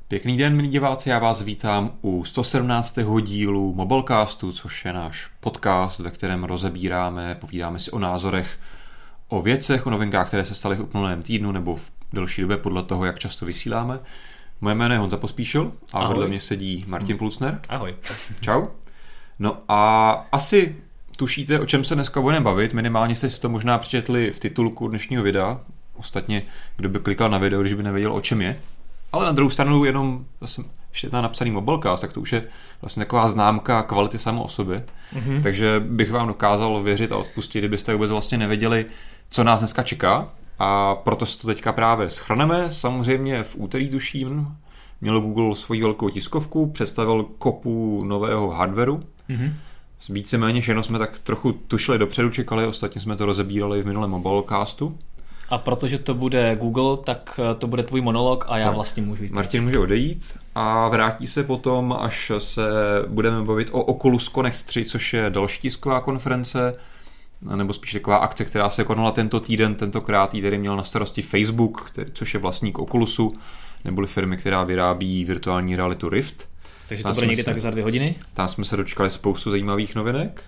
Pěkný den, milí diváci, já vás vítám u 117. dílu Mobilecastu, což je náš podcast, ve kterém rozebíráme, povídáme si o názorech, o věcech, o novinkách, které se staly v uplynulém týdnu nebo v delší době podle toho, jak často vysíláme. Moje jméno je Honza Pospíšil a vedle mě sedí Martin Pulsner. Ahoj. Čau. No a asi tušíte, o čem se dneska budeme bavit, minimálně jste si to možná přečetli v titulku dnešního videa. Ostatně, kdo by klikal na video, když by nevěděl, o čem je. Ale na druhou stranu jenom zase ještě tam napsaný Mobilecast, tak to už je vlastně taková známka kvality samo o sobě. Mm-hmm. Takže bych vám dokázal věřit a odpustit, kdybyste vůbec vlastně nevěděli, co nás dneska čeká. A proto si to teďka právě shrneme. Samozřejmě v úterý tuším měl Google svoji velkou tiskovku, představil kopu nového hardwareu. Mm-hmm. Víceméně všechno jsme tak trochu tušili dopředu, čekali, ostatně jsme to rozebírali v minulém Mobilecastu. A protože to bude Google, tak to bude tvůj monolog a já tak vlastně můžu jít. Martin může odejít a vrátí se potom, až se budeme bavit o Oculus Connect 3, což je další tisková konference, nebo spíš taková akce, která se konala tento týden, tentokrát ji tedy měl na starosti Facebook, což je vlastník Oculusu, neboli firmy, která vyrábí virtuální realitu Rift. Takže to bude někdy tak za 2 hodiny? Tam jsme se dočkali spoustu zajímavých novinek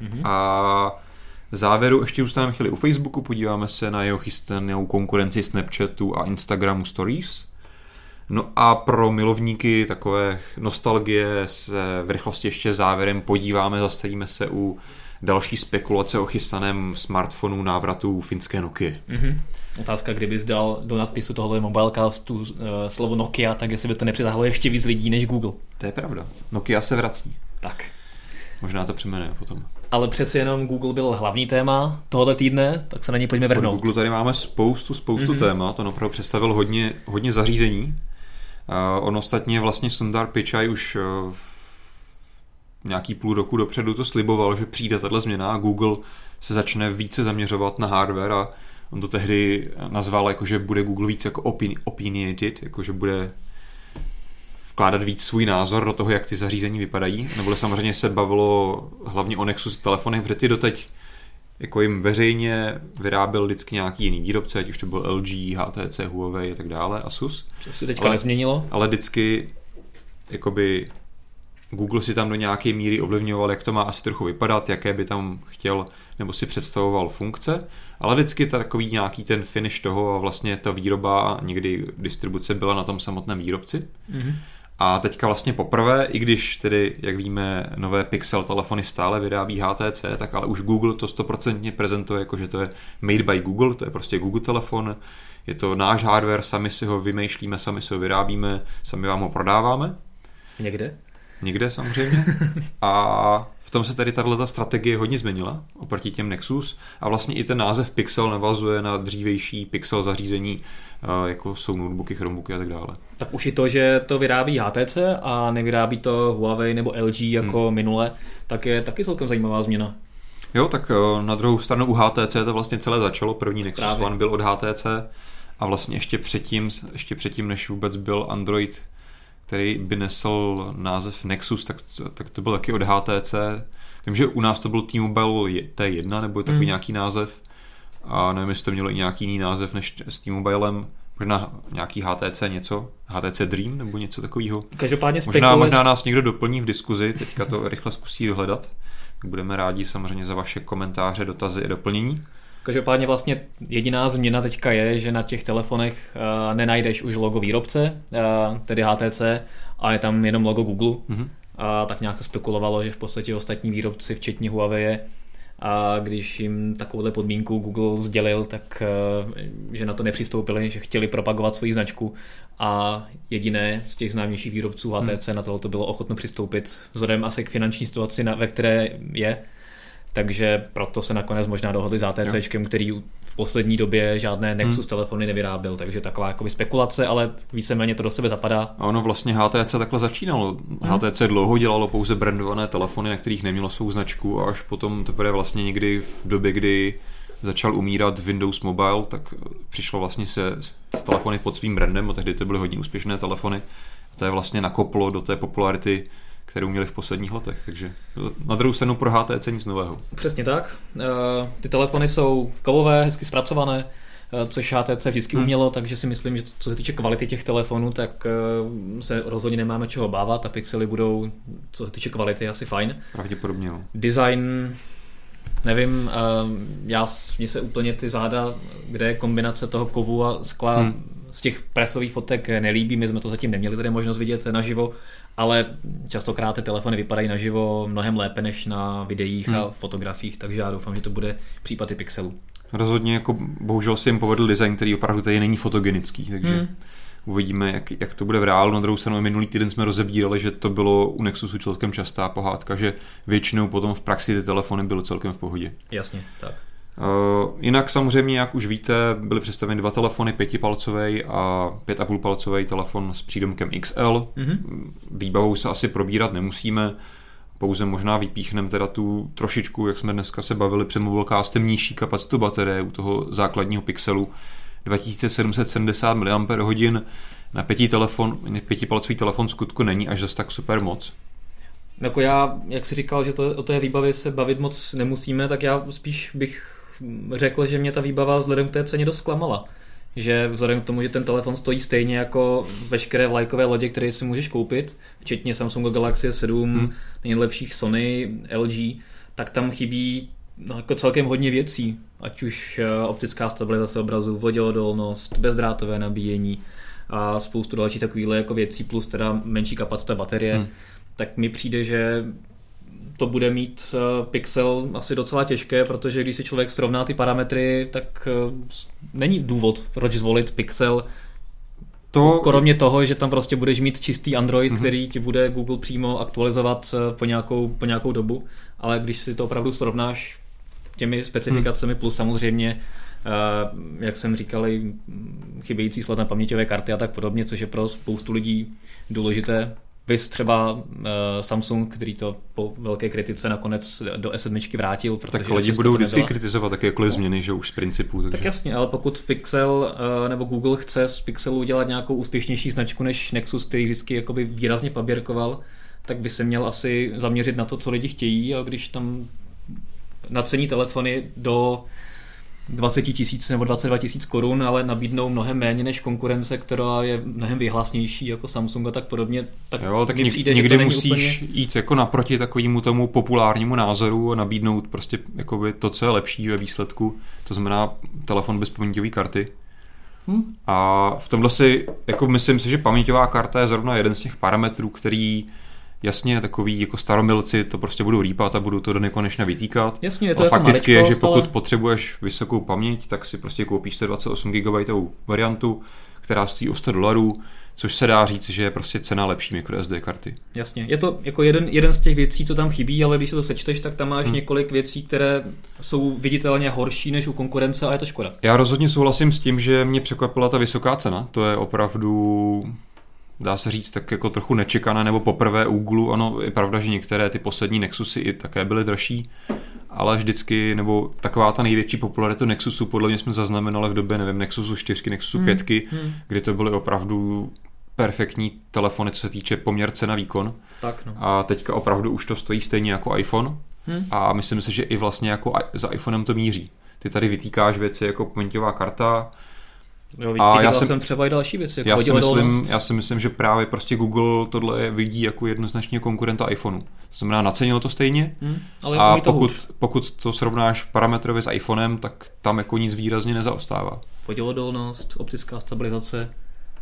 a v závěru ještě zůstaneme chvíli u Facebooku, podíváme se na jeho chystanou konkurenci Snapchatu a Instagramu Stories. No a pro milovníky takové nostalgie se v rychlosti ještě závěrem podíváme, zastavíme se u další spekulace o chystaném smartphonu návratu finské Nokia. Mm-hmm. Otázka, kdybys dal do nadpisu tohohle Mobilecastu slovo Nokia, tak jestli by to nepřitáhlo ještě víc lidí než Google. To je pravda. Nokia se vrací. Tak. Možná to přeměne potom. Ale přeci jenom Google byl hlavní téma tohoto týdne, tak se na něj pojďme vrhnout. Pod Google tady máme spoustu témat, on opravdu představil hodně zařízení. On ostatně vlastně Sundar Pichai už nějaký půl roku dopředu to sliboval, že přijde tato změna a Google se začne více zaměřovat na hardware a on to tehdy nazval jako, že bude Google víc jako opinionated, jako že bude vkládat víc svůj názor do toho, jak ty zařízení vypadají. Nebo samozřejmě se bavilo hlavně o Nexus telefonech, protože ty doteď jako jim veřejně vyráběl vždycky nějaký jiný výrobce, ať už to byl LG, HTC, Huawei a tak dále, Asus. Co se teďka nezměnilo? Ale vždycky jakoby Google si tam do nějaké míry ovlivňoval, jak to má asi trochu vypadat, jaké by tam chtěl nebo si představoval funkce, ale vždycky takový nějaký ten finish toho a vlastně ta výroba a někdy distribuce byla na tom samotném výrobci. Mm-hmm. A teďka vlastně poprvé, i když tedy, jak víme, nové Pixel telefony stále vyrábí HTC, tak ale už Google to 100% prezentuje, jako že to je made by Google, to je prostě Google telefon, je to náš hardware, sami si ho vymýšlíme, sami si ho vyrábíme, sami vám ho prodáváme. Někde samozřejmě. A v tom se tady tato strategie hodně změnila oproti těm Nexus a vlastně i ten název Pixel navazuje na dřívější Pixel zařízení, jako jsou notebooky, Chromebooky a tak dále. Tak už i to, že to vyrábí HTC a nevyrábí to Huawei nebo LG jako minule, tak je taky celkem zajímavá změna. Jo, tak na druhou stranu u HTC to vlastně celé začalo. První Nexus One byl od HTC a vlastně ještě předtím, než vůbec byl Android, který by nesl název Nexus, tak to byl taky od HTC. Vím, že u nás to byl T-Mobile T1 nebo takový nějaký název a nevím, jestli to mělo i nějaký jiný název než s T-Mobilem. Možná nějaký HTC něco, HTC Dream nebo něco takového. Každopádně možná nás někdo doplní v diskuzi, teďka to rychle zkusí vyhledat. Budeme rádi samozřejmě za vaše komentáře, dotazy a doplnění. Každopádně vlastně jediná změna teďka je, že na těch telefonech nenajdeš už logo výrobce, tedy HTC, a je tam jenom logo Google. Mm-hmm. Tak nějak to spekulovalo, že v podstatě ostatní výrobci, včetně Huawei, a když jim takovouhle podmínku Google sdělil, tak že na to nepřistoupili, že chtěli propagovat svoji značku a jediné z těch známějších výrobců HTC na tohle bylo ochotno přistoupit vzhledem asi k finanční situaci, ve které je. Takže proto se nakonec možná dohodli s HTCčkem, který v poslední době žádné Nexus telefony nevyráběl, takže taková jakoby spekulace, ale víceméně to do sebe zapadá. A ono vlastně HTC takhle začínalo. HTC dlouho dělalo pouze brandované telefony, na kterých nemělo svou značku a až potom teprve vlastně někdy v době, kdy začal umírat Windows Mobile, tak přišlo vlastně se s telefony pod svým brandem, a tehdy to byly hodně úspěšné telefony. A to je vlastně nakoplo do té popularity, kterou měli v posledních letech, takže na druhou stranu pro HTC nic nového. Přesně tak. Ty telefony jsou kovové, hezky zpracované, což HTC vždycky umělo, takže si myslím, že co se týče kvality těch telefonů, tak se rozhodně nemáme čeho bávat a pixely budou, co se týče kvality, asi fajn. Pravděpodobně, jo. Design, nevím, mně se úplně ty záda, kde je kombinace toho kovu a skla z těch presových fotek nelíbí, my jsme to zatím neměli tady možnost vidět naživo, ale častokrát ty telefony vypadají naživo mnohem lépe než na videích a fotografiích, takže já doufám, že to bude případ i pixelů. Rozhodně jako bohužel si jim povedl design, který opravdu tady není fotogenický, takže uvidíme, jak to bude v reálu. Na druhou stranu minulý týden jsme rozebírali, že to bylo u Nexusu celkem častá pohádka, že většinou potom v praxi ty telefony byly celkem v pohodě. Jasně, tak. Jinak samozřejmě, jak už víte, byly představeny 2 telefony, 5palcový a 5,5palcový telefon s přídomkem XL. Výbavou se asi probírat nemusíme, pouze možná vypíchneme teda tu trošičku, jak jsme dneska se bavili před mobilecastem, nižší kapacitu baterie u toho základního Pixelu 2770 mAh. Na 5palcový telefon skutku není až zase tak super moc. Jako já, jak jsi říkal, že o té výbavě se bavit moc nemusíme, tak já spíš bych řekl, že mě ta výbava vzhledem k té ceně dost zklamala. Že vzhledem k tomu, že ten telefon stojí stejně jako veškeré vlajkové lodě, které si můžeš koupit, včetně Samsungu Galaxy S7, nejlepších Sony, LG, tak tam chybí jako celkem hodně věcí. Ať už optická stabilizace obrazu, voděodolnost, bezdrátové nabíjení a spoustu dalších takových jako věcí, plus teda menší kapacita baterie. Tak mi přijde, že to bude mít Pixel asi docela těžké, protože když si člověk srovná ty parametry, tak není důvod, proč zvolit Pixel. Kromě toho, že tam prostě budeš mít čistý Android, který ti bude Google přímo aktualizovat po nějakou dobu, ale když si to opravdu srovnáš těmi specifikacemi plus samozřejmě, jak jsem říkal, chybějící slot na paměťové karty a tak podobně, což je pro spoustu lidí důležité. Vys třeba Samsung, který to po velké kritice nakonec do S7 vrátil. Tak lidi budou vždycky kritizovat jakékoliv změny, že už z principu. Takže. Tak jasně, ale pokud Pixel nebo Google chce z Pixelu udělat nějakou úspěšnější značku než Nexus, který vždycky jakoby výrazně paběrkoval, tak by se měl asi zaměřit na to, co lidi chtějí, a když tam nacení telefony do 20 000 nebo 22 000 korun, ale nabídnou mnohem méně než konkurence, která je mnohem vyhlasnější jako Samsung a tak podobně. Tak jo, tak přijde, někdy že to musíš úplně jít jako naproti takovému tomu populárnímu názoru a nabídnout prostě jakoby to, co je lepší ve výsledku. To znamená telefon bez paměťové karty. A v tomhle si jako myslím si, že paměťová karta je zrovna jeden z těch parametrů, který jasně, takový jako staromilci to prostě budou rýpat a budou to do nekonečna vytýkat. Jasně, je to ale jako fakticky je, že pokud ale potřebuješ vysokou paměť, tak si prostě koupíš 128 GB variantu, která stojí o $100, což se dá říct, že je prostě cena lepší microSD karty. Jasně, je to jako jeden z těch věcí, co tam chybí, ale když se to sečteš, tak tam máš několik věcí, které jsou viditelně horší než u konkurence a je to škoda. Já rozhodně souhlasím s tím, že mě překvapila ta vysoká cena. To je opravdu, dá se říct, tak jako trochu nečekané, nebo poprvé u Google. Ano, je pravda, že některé ty poslední Nexusy i také byly dražší, ale vždycky, nebo taková ta největší popularita Nexusu, podle mě jsme zaznamenali v době, nevím, Nexusu 4, Nexusu 5, kdy to byly opravdu perfektní telefony, co se týče poměr cena výkon. Tak, no. A teďka opravdu už to stojí stejně jako iPhone a myslím si, že i vlastně jako za iPhonem to míří. Ty tady vytýkáš věci jako paměťová karta. Jo, já jsem třeba i další věci. Jako já si myslím, že právě prostě Google tohle vidí jako jednoznačně konkurenta iPhoneu. To znamená, nacenilo to stejně ale a to pokud to srovnáš parametrově s iPhonem, tak tam jako nic výrazně nezaostává. Voděodolnost, optická stabilizace.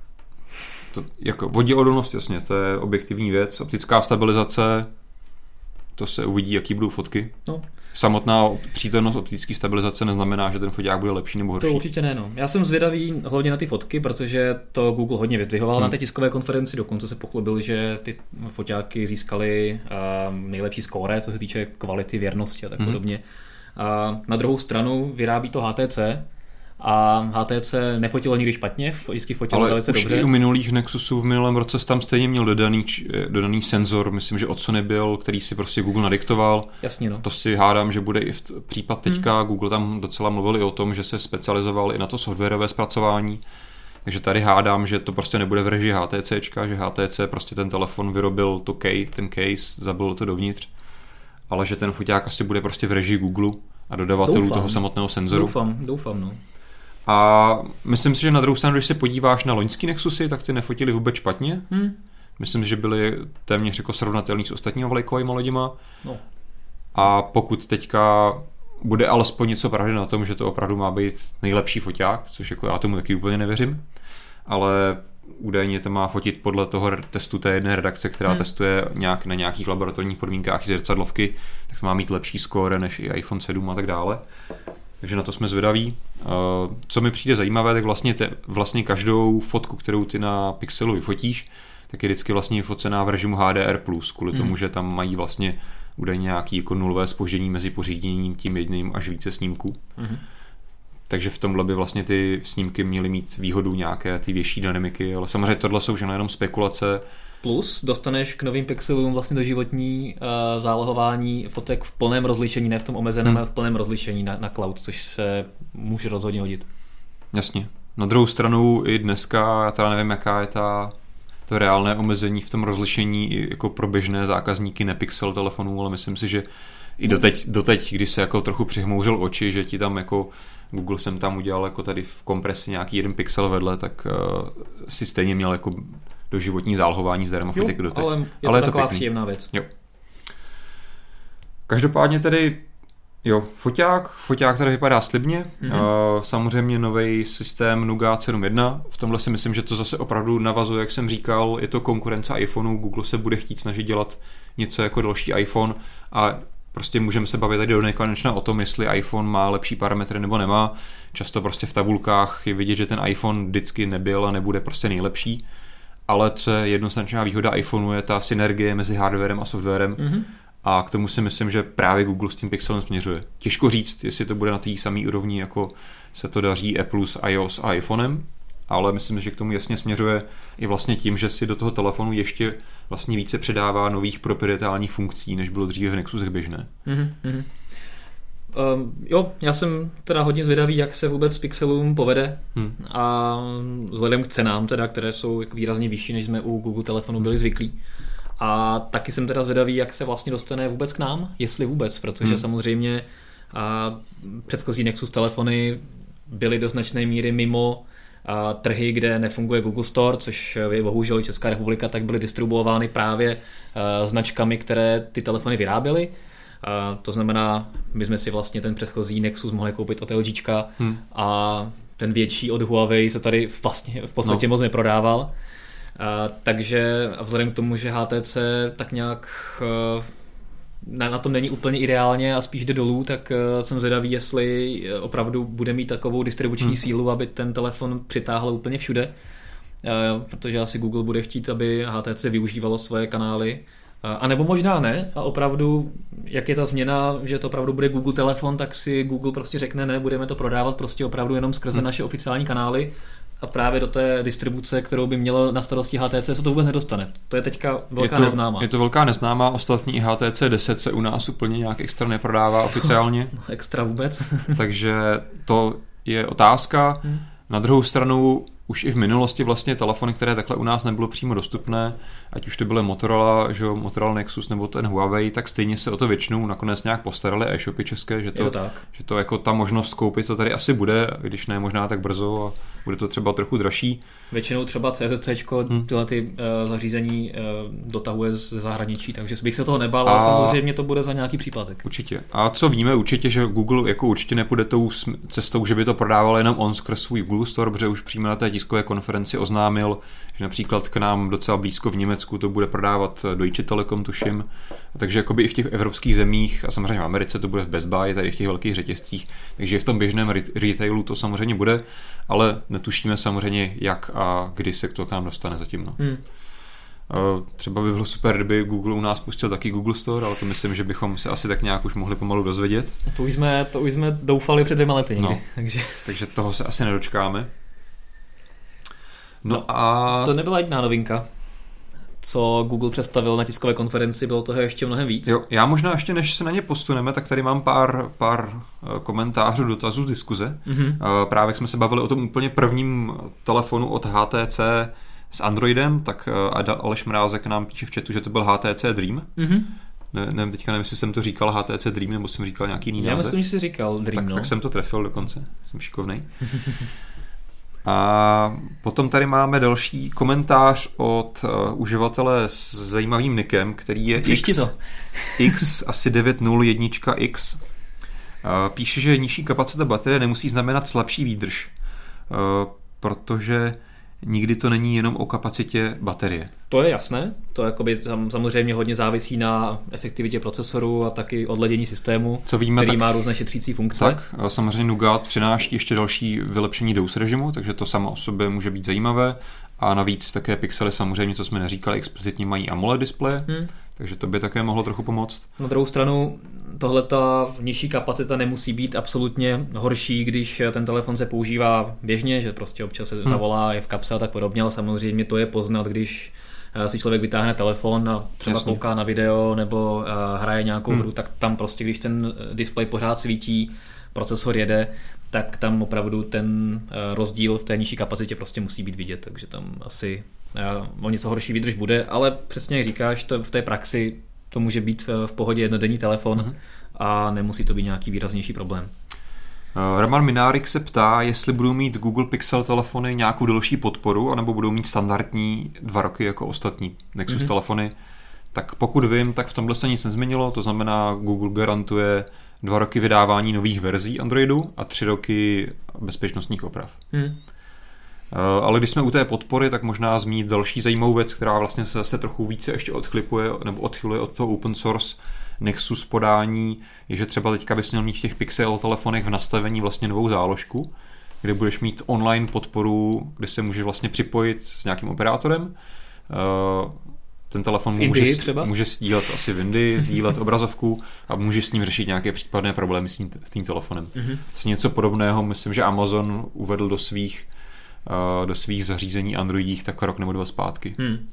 Jako voděodolnost, jasně, to je objektivní věc. Optická stabilizace, to se uvidí, jaký budou fotky. No. Samotná přítomnost optické stabilizace neznamená, že ten foťák bude lepší nebo horší. To určitě ne, no. Já jsem zvědavý hlavně na ty fotky, protože to Google hodně vyzdvihoval na té tiskové konferenci, dokonce se pochlubil, že ty foťáky získaly nejlepší skóre, co se týče kvality, věrnosti a tak podobně. Na druhou stranu vyrábí to HTC, a HTC nefotilo nikdy špatně, vždycky fotilo velice dobře. Ale už i u minulých Nexusů v minulém roce tam stejně měl dodaný senzor, myslím, že od Sony byl, který si prostě Google nadiktoval. Jasně, no. To si hádám, že bude i v případ teďka. Google tam docela mluvili o tom, že se specializoval i na to softwarové zpracování. Takže tady hádám, že to prostě nebude v režii HTCčka, že HTC prostě ten telefon vyrobil ten case, zabil to dovnitř, ale že ten foťák asi bude prostě v režii Google a dodavatelů toho samotného senzoru. Doufám, no. A myslím si, že na druhou stranu, když se podíváš na loňský Nexusy, tak ty nefotili vůbec špatně. Myslím si, že byly téměř jako srovnatelný s ostatníma vlajkovými loděma. No. A pokud teďka bude alespoň něco pravdy na tom, že to opravdu má být nejlepší foťák, což jako já tomu taky úplně nevěřím, ale údajně to má fotit podle toho testu té jedné redakce, která testuje nějak na nějakých laboratorních podmínkách zrcadlovky, tak to má mít lepší skóre než i iPhone 7 a tak dále. Takže na to jsme zvědaví. Co mi přijde zajímavé, tak vlastně každou fotku, kterou ty na Pixelu vyfotíš, tak je vždycky vlastně focená v režimu HDR+, kvůli tomu, že tam mají vlastně údajně nějaký jako nulové zpoždění mezi poříděním tím jedním až více snímků. Takže v tomhle by vlastně ty snímky měly mít výhodu nějaké ty větší dynamiky, ale samozřejmě tohle jsou jenom spekulace. Plus dostaneš k novým Pixelům vlastně doživotní zálohování fotek v plném rozlišení, ne v tom omezeném, ale v plném rozlišení na cloud, což se může rozhodně hodit. Jasně. Na druhou stranu i dneska, já teda nevím, jaká je to reálné omezení v tom rozlišení i jako pro běžné zákazníky nepixel telefonů, ale myslím si, že i doteď, když se jako trochu přihmouřil oči, že ti tam jako Google jsem tam udělal jako tady v kompresi nějaký 1 pixel vedle, tak si stejně měl jako doživotní zálohování zdarma fotek doteď. Ale je to taková příjemná věc. Jo. Každopádně tedy foťák tady vypadá slibně. Samozřejmě nový systém Nougat 7.1. V tomhle si myslím, že to zase opravdu navazuje, jak jsem říkal, je to konkurence iPhoneu. Google se bude chtít snažit dělat něco jako další iPhone a prostě můžeme se bavit tady do nekonečna o tom, jestli iPhone má lepší parametry nebo nemá. Často prostě v tabulkách je vidět, že ten iPhone vždycky nebyl a nebude prostě nejlepší. Ale co je jednoznačná výhoda iPhoneu je ta synergie mezi hardwarem a softwarem. A k tomu si myslím, že právě Google s tím Pixelem směřuje. Těžko říct, jestli to bude na té samé úrovni, jako se to daří Apple s iOS a iPhonem, ale myslím, že k tomu jasně směřuje i vlastně tím, že si do toho telefonu ještě vlastně více předává nových proprietárních funkcí, než bylo dříve v Nexusech běžné. Já jsem teda hodně zvědavý, jak se vůbec Pixelům povede a vzhledem k cenám, teda, které jsou výrazně vyšší, než jsme u Google telefonu byli zvyklí. A taky jsem teda zvědavý, jak se vlastně dostane vůbec k nám, jestli vůbec, protože samozřejmě předchozí Nexus telefony byly do značné míry mimo trhy, kde nefunguje Google Store, což je bohužel Česká republika, tak byly distribuovány právě značkami, které ty telefony vyráběly. To znamená, my jsme si vlastně ten předchozí Nexus mohli koupit od LGčka a ten větší od Huawei se tady vlastně v podstatě moc neprodával. Takže vzhledem k tomu, že HTC tak nějak na tom není úplně ideálně a spíš jde dolů, tak jsem zvědavý, jestli opravdu bude mít takovou distribuční sílu, aby ten telefon přitáhl úplně všude, protože asi Google bude chtít, aby HTC využívalo svoje kanály, a nebo možná ne a opravdu, jak je ta změna, že to opravdu bude Google telefon, tak si Google prostě řekne ne, budeme to prodávat prostě opravdu jenom skrze naše oficiální kanály. A právě do té distribuce, kterou by mělo na starosti HTC, se to vůbec nedostane. To je teďka velká neznámá. Je to velká neznámá, ostatní HTC 10 se u nás úplně nějak extra neprodává oficiálně. Extra vůbec. Takže to je otázka. Na druhou stranu už i v minulosti vlastně telefony, které takhle u nás nebylo přímo dostupné, ať už to byly Motorola Nexus nebo ten Huawei, tak stejně se o to většinou nakonec nějak postarali e-shopy české, že to jako ta možnost koupit to tady asi bude, když ne možná tak brzo a bude to třeba trochu dražší. Většinou třeba CZCčko tyhle ty zařízení dotahuje ze zahraničí, takže bych se toho nebál, ale samozřejmě to bude za nějaký příplatek. Určitě. A co víme určitě, že Google jako určitě nepůjde tou cestou, že by to prodával jenom on skrz svůj Google Store, protože už přímo na té tiskové konferenci oznámil, že například k nám docela blízko v Německu to bude prodávat Deutsche Telekom, tuším. Takže jakoby i v těch evropských zemích a samozřejmě v Americe to bude v Best Buy, tady v těch velkých řetězcích, takže v tom běžném retailu to samozřejmě bude, ale netušíme samozřejmě jak a kdy se to k nám dostane zatím. No. Třeba by bylo super, kdyby Google u nás pustil taky Google Store, ale to myslím, že bychom se asi tak nějak už mohli pomalu dozvědět. To už jsme doufali před 2 lety někdy. Takže toho se asi nedočkáme. No a to nebyla jediná novinka, co Google představil na tiskové konferenci, bylo toho ještě mnohem víc. Jo, já možná ještě než se na ně posuneme, tak tady mám pár komentářů, dotazů z diskuze. Právě jsme se bavili o tom úplně prvním telefonu od HTC s Androidem, tak Aleš Mrázek nám píše v chatu, že to byl HTC Dream. nevím, teďka nevím, jestli jsem to říkal HTC Dream, nebo jsem říkal nějaký jiný název. Já myslím, že jsi říkal Dream, tak jsem to trefil dokonce, jsem šikovnej. A potom tady máme další komentář od uživatele s zajímavým nickem, který je X asi 901X. Píše, že nižší kapacita baterie nemusí znamenat slabší výdrž, protože nikdy to není jenom o kapacitě baterie. To je jasné, to jakoby samozřejmě hodně závisí na efektivitě procesoru a taky odladění systému, co víme, který má různé šetřící funkce. Tak, samozřejmě Nougat přináší ještě další vylepšení dose režimu, takže to samo o sobě může být zajímavé. A navíc také Pixely samozřejmě, co jsme neříkali, explicitně mají AMOLED displeje, takže to by také mohlo trochu pomoct. Na druhou stranu, tohleta nižší kapacita nemusí být absolutně horší, když ten telefon se používá běžně, že prostě občas se zavolá, je v kapse a tak podobně, ale samozřejmě to je poznat, když si člověk vytáhne telefon a třeba kouká na video nebo hraje nějakou hru, tak tam prostě, když ten displej pořád svítí, procesor jede, tak tam opravdu ten rozdíl v té nižší kapacitě prostě musí být vidět, takže tam asi o něco horší výdrž bude, ale přesně jak říkáš, to v té praxi to může být v pohodě jednodenní telefon a nemusí to být nějaký výraznější problém. Roman Minárik se ptá, jestli budou mít Google Pixel telefony nějakou delší podporu, anebo budou mít standardní 2 roky jako ostatní Nexus telefony. Tak pokud vím, tak v tomhle se nic nezměnilo, to znamená Google garantuje 2 roky vydávání nových verzí Androidu a 3 roky bezpečnostních oprav. Ale když jsme u té podpory, tak možná zmínit další zajímavou věc, která vlastně se zase trochu více ještě odchyluje od toho open source Nexus podání, je, že třeba teďka bys měl mít v těch Pixel telefonech v nastavení vlastně novou záložku, kde budeš mít online podporu, kde se můžeš vlastně připojit s nějakým operátorem. Ten telefon může sdílet asi v Indii, sdílet obrazovku a můžeš s ním řešit nějaké případné problémy s tím telefonem. Něco podobného, myslím, že Amazon uvedl do svých zařízení Androidích tak rok nebo 2 zpátky.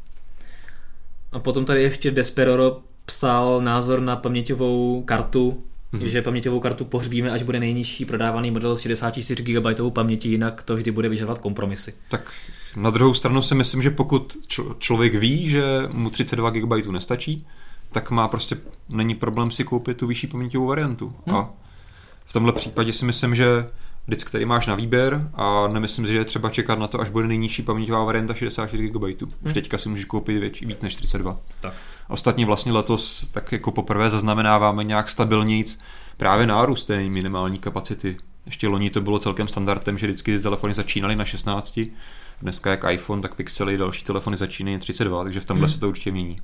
A potom tady ještě Desperoro psal názor na paměťovou kartu, že paměťovou kartu pohřbíme, až bude nejnižší prodávaný model s 64 GB paměti, jinak to vždy bude vyžadovat kompromisy. Tak na druhou stranu si myslím, že pokud člověk ví, že mu 32 GB nestačí, tak není problém si koupit tu vyšší paměťovou variantu. A v tomhle případě si myslím, že vždycky tady máš na výběr a nemyslím si, že je třeba čekat na to, až bude nejnižší paměťová varianta 64 GB. Už teďka si můžeš koupit víc než 32. Tak. Ostatně vlastně letos tak jako poprvé zaznamenáváme nějak stabilnějc právě nárůst té minimální kapacity. Ještě loni to bylo celkem standardem, že vždycky ty telefony začínaly na 16. Dneska jak iPhone, tak Pixely, další telefony začínají 32, takže v tomhle se to určitě mění.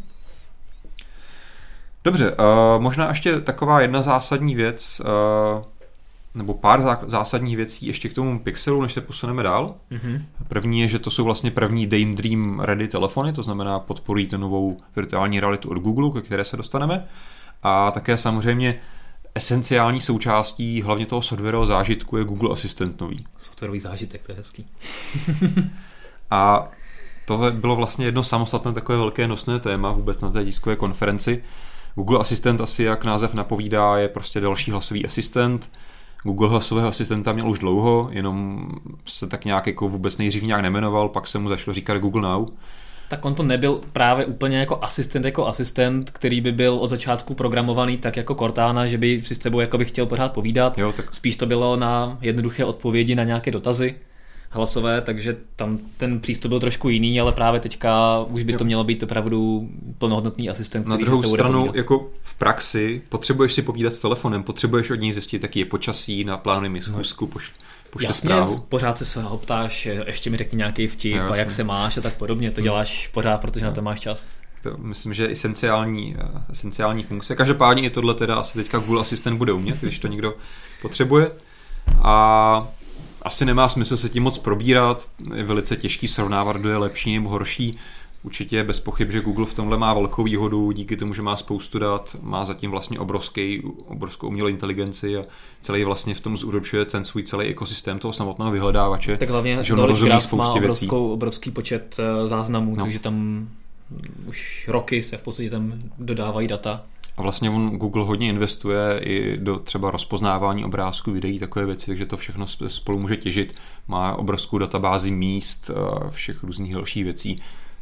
Dobře, možná ještě taková jedna zásadní věc, nebo pár zásadních věcí ještě k tomu Pixelu, než se posuneme dál. První je, že to jsou vlastně první Daydream Ready telefony, to znamená podporují tu novou virtuální realitu od Google, ke které se dostaneme. A také samozřejmě esenciální součástí hlavně toho softwarového zážitku je Google Assistant nový. Softwarový zážitek, to je hezký. A tohle bylo vlastně jedno samostatné takové velké nosné téma vůbec na té tiskové konferenci. Google Assistant asi, jak název napovídá, je prostě další hlasový asistent. Google hlasového asistenta měl už dlouho, jenom se tak nějak jako vůbec nejdřív nějak nemenoval, pak se mu začalo říkat Google Now. Tak on to nebyl právě úplně jako asistent, který by byl od začátku programovaný tak jako Cortana, že by si s tebou jako by chtěl pořád povídat. Jo, tak... Spíš to bylo na jednoduché odpovědi na nějaké dotazy hlasové, takže tam ten přístup byl trošku jiný, ale právě teďka už by to mělo být opravdu plnohodnotný asistent. Na druhou stranu, jako v praxi, potřebuješ si povídat s telefonem, potřebuješ od něj zjistit, jaký je počasí, naplánuj mi schůzku, pošle zprávu. Pořád se svého ptáš, ještě mi řekni nějaký vtip a jak se máš a tak podobně, to děláš pořád, protože na to máš čas. To myslím, že je esenciální funkce. Každopádně i tohle teda asi teďka Google Assistant bude umět, když to někdo potřebuje. A asi nemá smysl se tím moc probírat, je velice těžký srovnávat, kdo je lepší nebo horší. Určitě je bez pochyb, že Google v tomhle má velkou výhodu, díky tomu, že má spoustu dat, má zatím vlastně obrovskou umělou inteligenci a celý vlastně v tom zúročuje ten svůj celý ekosystém toho samotného vyhledávače. Tak hlavně Knowledge Graph má obrovský počet záznamů, takže tam už roky se v podstatě tam dodávají data. A vlastně Google hodně investuje i do třeba rozpoznávání obrázků, videí, takové věci, takže to všechno spolu může těžit. Má obrovskou databázi míst, všech různých dalších věcí.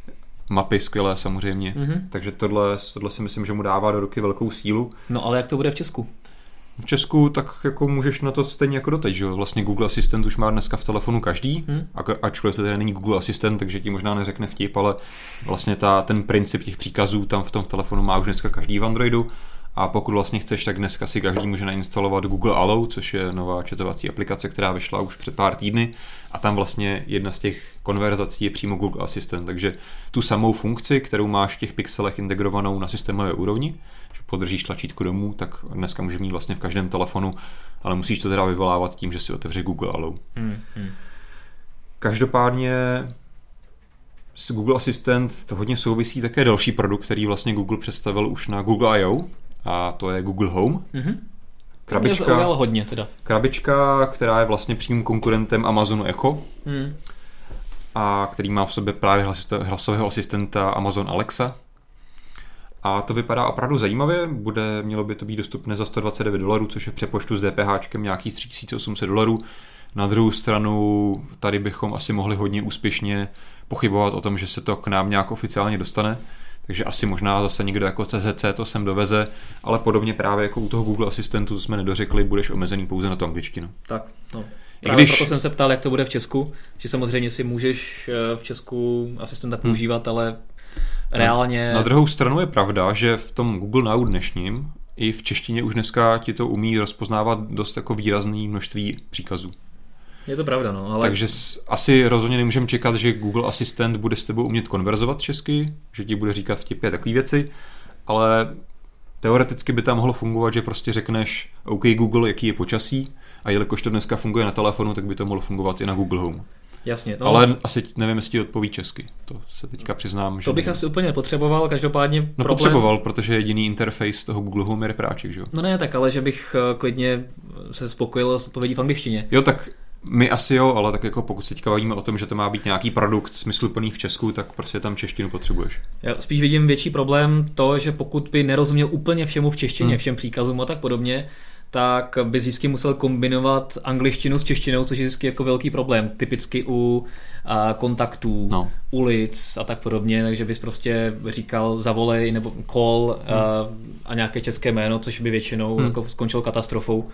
mapy skvělé samozřejmě, takže tohle si myslím, že mu dává do ruky velkou sílu. No ale jak to bude v Česku? V Česku tak jako můžeš na to stejně jako doteď, že jo? Vlastně Google Assistant už má dneska v telefonu každý, ačkoliv to tedy není Google Assistant, takže ti možná neřekne vtip, ale vlastně ten princip těch příkazů tam v tom telefonu má už dneska každý v Androidu. A pokud vlastně chceš, tak dneska si každý může nainstalovat Google Allo, což je nová chatovací aplikace, která vyšla už před pár týdny. A tam vlastně jedna z těch konverzací je přímo Google Assistant. Takže tu samou funkci, kterou máš v těch pixelech integrovanou na systémové úrovni, že podržíš tlačítko domů, tak dneska může mít vlastně v každém telefonu, ale musíš to teda vyvolávat tím, že si otevře Google Allo. Každopádně s Google Assistant to hodně souvisí také další produkt, který vlastně Google představil už na Google I.O. a to je Google Home. Krabička, hodně teda. Krabička, která je vlastně přímým konkurentem Amazonu Echo a který má v sobě právě hlasového asistenta Amazon Alexa. A to vypadá opravdu zajímavě, mělo by to být dostupné za $129, což je v přepočtu s DPHčkem nějakých $3,800. Na druhou stranu tady bychom asi mohli hodně úspěšně pochybovat o tom, že se to k nám nějak oficiálně dostane. Takže asi možná zase někdo jako CZC to sem doveze, ale podobně právě jako u toho Google Asistentu, to jsme nedořekli, budeš omezený pouze na tu angličtinu. Tak, no. Právě proto jsem se ptal, jak to bude v Česku, že samozřejmě si můžeš v Česku asistenta používat, ale reálně... Na druhou stranu je pravda, že v tom Google Now dnešním i v češtině už dneska ti to umí rozpoznávat dost jako výrazné množství příkazů. Je to pravda, no. Ale... Takže asi rozhodně nemůžeme čekat, že Google Asistent bude s tebou umět konverzovat česky, že ti bude říkat vtipy a takové věci, ale teoreticky by tam mohlo fungovat, že prostě řekneš OK Google, jaký je počasí, a jelikož to dneska funguje na telefonu, tak by to mohlo fungovat i na Google Home. Jasně. No. Ale asi nevím, jestli odpoví česky. To se teďka přiznám. To bych asi úplně potřeboval, každopádně problém... potřeboval, protože jediný interface toho Google Home je repráček, že jo? No ne, tak ale že bych klidně se spokojil s odpovědí v angličtině. Jo, tak my asi jo, ale tak jako pokud se teďka bavíme o tom, že to má být nějaký produkt smysluplný v Česku, tak prostě tam češtinu potřebuješ. Já spíš vidím větší problém to, že pokud by nerozuměl úplně všemu v češtině, všem příkazům a tak podobně, tak by vždycky musel kombinovat angličtinu s češtinou, což je vždycky jako velký problém. Typicky u kontaktů, ulic a tak podobně, takže bys prostě říkal zavolej nebo call a nějaké české jméno, což by většinou jako skončilo katastrofou.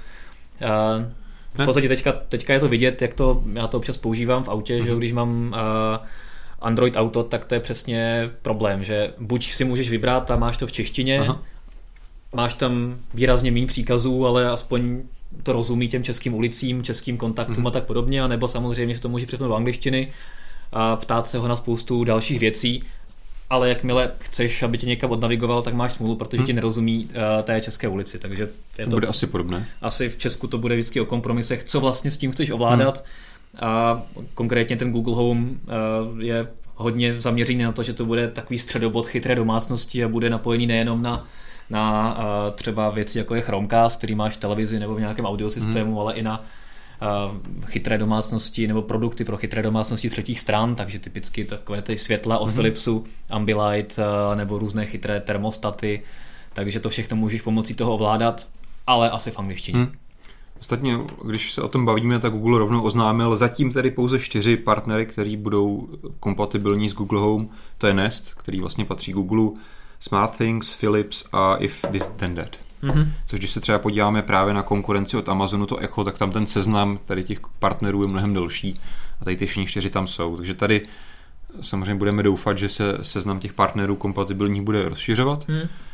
V podstatě teďka je to vidět, jak to, já to občas používám v autě, že když mám Android Auto, tak to je přesně problém, že buď si můžeš vybrat a máš to v češtině, máš tam výrazně méně příkazů, ale aspoň to rozumí těm českým ulicím, českým kontaktům a tak podobně, anebo samozřejmě si to může přepnout do angličtiny a ptát se ho na spoustu dalších věcí, ale jakmile chceš, aby tě někam odnavigoval, tak máš smůlu, protože ti nerozumí té české ulici, takže je to bude asi podobné. Asi v Česku to bude vždycky o kompromisech, co vlastně s tím chceš ovládat a konkrétně ten Google Home je hodně zaměřený na to, že to bude takový středobod chytré domácnosti a bude napojený nejenom na třeba věci, jako je Chromecast, který máš v televizi nebo v nějakém audiosystému, ale i na chytré domácnosti nebo produkty pro chytré domácnosti třetích stran, takže typicky takové ty světla od Philipsu, Ambilight nebo různé chytré termostaty, takže to všechno můžeš pomocí toho ovládat, ale asi v angličtině. Ostatně, když se o tom bavíme, tak Google rovnou oznámil zatím tedy pouze 4 partnery, kteří budou kompatibilní s Google Home, to je Nest, který vlastně patří Google, SmartThings, Philips a If This Then That. Což když se třeba podíváme právě na konkurenci od Amazonu, to Echo, tak tam ten seznam tady těch partnerů je mnohem delší a tady ty všichni 4 tam jsou. Takže tady samozřejmě budeme doufat, že se seznam těch partnerů kompatibilních bude rozšiřovat.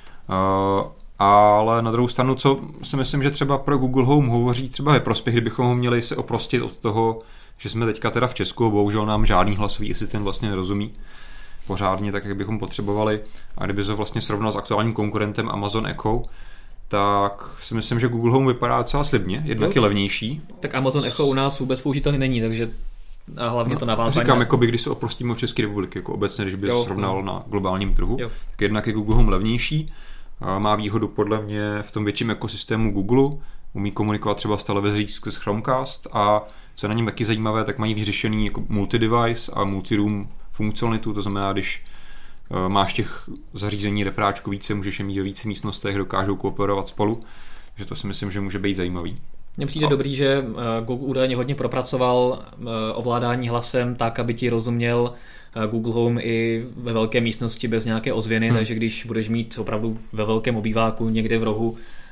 Ale na druhou stranu, co si myslím, že třeba pro Google Home hovoří třeba ve prospěch, kdybychom ho měli se oprostit od toho, že jsme teďka teda v Česku, bohužel nám žádný hlasový asistent vlastně nerozumí pořádně tak, jak bychom potřebovali. A kdyby se vlastně srovnal s aktuálním konkurentem Amazon Echo, tak si myslím, že Google Home vypadá docela slibně, jednak je levnější. Tak Amazon Echo u nás vůbec použitelný není, takže a hlavně to navázání. Říkám, jakoby, když se oprostíme od České republiky, jako obecně, když by srovnal na globálním trhu, tak jednak je Google Home levnější, má výhodu podle mě v tom větším ekosystému Google, umí komunikovat třeba s televizí skrz Chromecast a co na něm taky zajímavé, tak mají vyřešený jako multi-device a multi-room funkcionalitu, to znamená, když máš těch zařízení repráčku více, můžeš je mít ve více místnostech, dokážou kooperovat spolu, takže to si myslím, že může být zajímavý. Mně přijde dobrý, že Google údajně hodně propracoval ovládání hlasem tak, aby ti rozuměl Google Home i ve velké místnosti bez nějaké ozvěny, takže když budeš mít opravdu ve velkém obýváku někde v rohu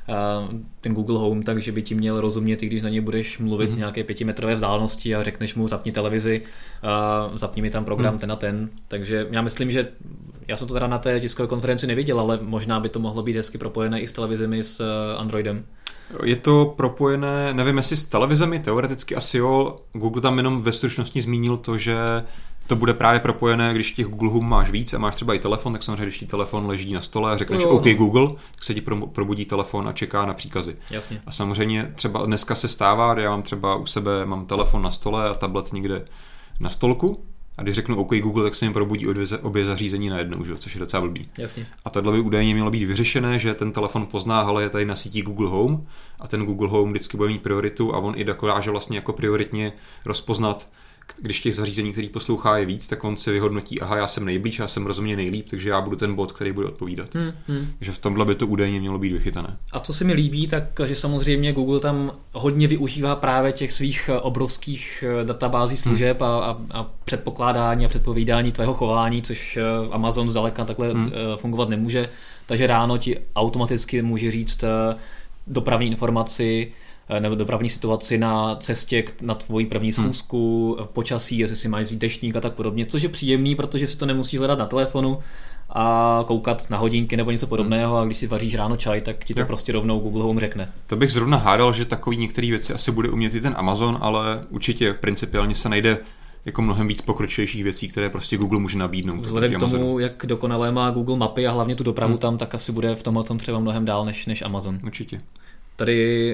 ten Google Home, takže by ti měl rozumět, i když na něj budeš mluvit v nějaké 5metrové vzdálenosti a řekneš mu zapni televizi, zapni mi tam program ten a ten. Takže já myslím, že já jsem to teda na té tiskové konferenci neviděl, ale možná by to mohlo být hezky propojené i s televizemi s Androidem. Je to propojené, nevím jestli s televizemi, teoreticky asi jo. Google tam jenom ve stručnosti zmínil to, že to bude právě propojené, když těch Google Home máš víc a máš třeba i telefon, tak samozřejmě, když ti telefon leží na stole a řekneš OK Google, tak se ti probudí telefon a čeká na příkazy. Jasně. A samozřejmě třeba dneska se stává, já mám třeba u sebe, mám telefon na stole a tablet někde na stolku a když řeknu OK Google, tak se mi probudí obě zařízení najednou, že? Což je docela blbý. Jasně. A tohle by údajně mělo být vyřešené, že ten telefon pozná, ale je tady na sítí Google Home a ten Google Home vždycky bude mít prioritu a on i dokáže vlastně jako prioritně rozpoznat, když těch zařízení, který poslouchá, je víc, tak on si vyhodnotí, aha, já jsem nejblíž, já jsem rozumět nejlíp, takže já budu ten bot, který bude odpovídat. Takže v tomhle by to údajně mělo být vychytané. A co se mi líbí, tak že samozřejmě Google tam hodně využívá právě těch svých obrovských databází služeb a předpokládání a předpovídání tvého chování, což Amazon zdaleka takhle fungovat nemůže. Takže ráno ti automaticky může říct dopravní informaci nebo dopravní situaci na cestě na tvoji první schůzku, počasí, jestli si máš vzít deštník a tak podobně, což je příjemný, protože si to nemusíš hledat na telefonu a koukat na hodinky nebo něco podobného a když si vaříš ráno čaj, tak ti to prostě rovnou Google Home řekne. To bych zrovna hádal, že takový některé věci asi bude umět i ten Amazon, ale určitě principiálně se najde jako mnohem víc pokročilejších věcí, které prostě Google může nabídnout. Vzhledem k tomu, jak dokonale má Google mapy a hlavně tu dopravu tam, tak asi bude v tomhle tom třeba mnohem dál než Amazon. Určitě. Tady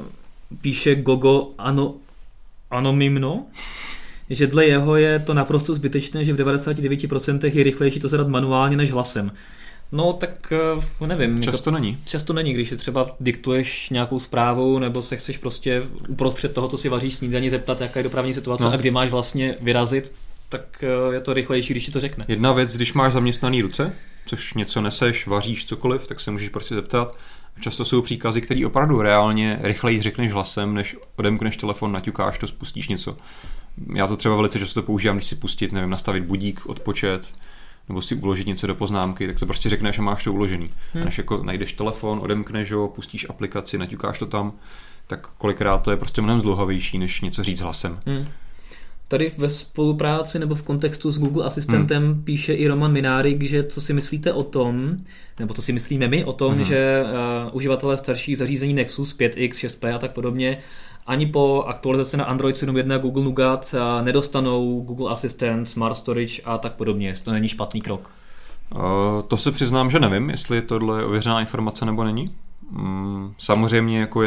píše Gogo anonymno, že dle jeho je to naprosto zbytečné, že v 99% je rychlejší to zadat manuálně než hlasem. No tak nevím. Často není, když si třeba diktuješ nějakou zprávu nebo se chceš prostě uprostřed toho, co si vaříš snídaní, zeptat, jaká je dopravní situace a kdy máš vlastně vyrazit, tak je to rychlejší, když ti to řekne. Jedna věc, když máš zaměstnaný ruce, což něco neseš, vaříš cokoliv, tak se můžeš prostě zeptat. Často jsou příkazy, které opravdu reálně rychleji řekneš hlasem, než odemkneš telefon, naťukáš to, spustíš něco. Já to třeba velice často používám, když si pustit, nevím, nastavit budík, odpočet, nebo si uložit něco do poznámky, tak to prostě řekneš a máš to uložený. A než jako najdeš telefon, odemkneš ho, pustíš aplikaci, naťukáš to tam, tak kolikrát to je prostě mnohem zdlouhavější, než něco říct hlasem. Tady ve spolupráci nebo v kontextu s Google asistentem píše i Roman Minárik, že co si myslíte o tom, nebo co si myslíme my o tom, že uživatelé starších zařízení Nexus 5X, 6P a tak podobně ani po aktualizaci na Android 7.1 Google Nougat nedostanou Google Assistant, Smart Storage a tak podobně. To není špatný krok. To se přiznám, že nevím, jestli je tohle ověřená informace nebo není. Samozřejmě jako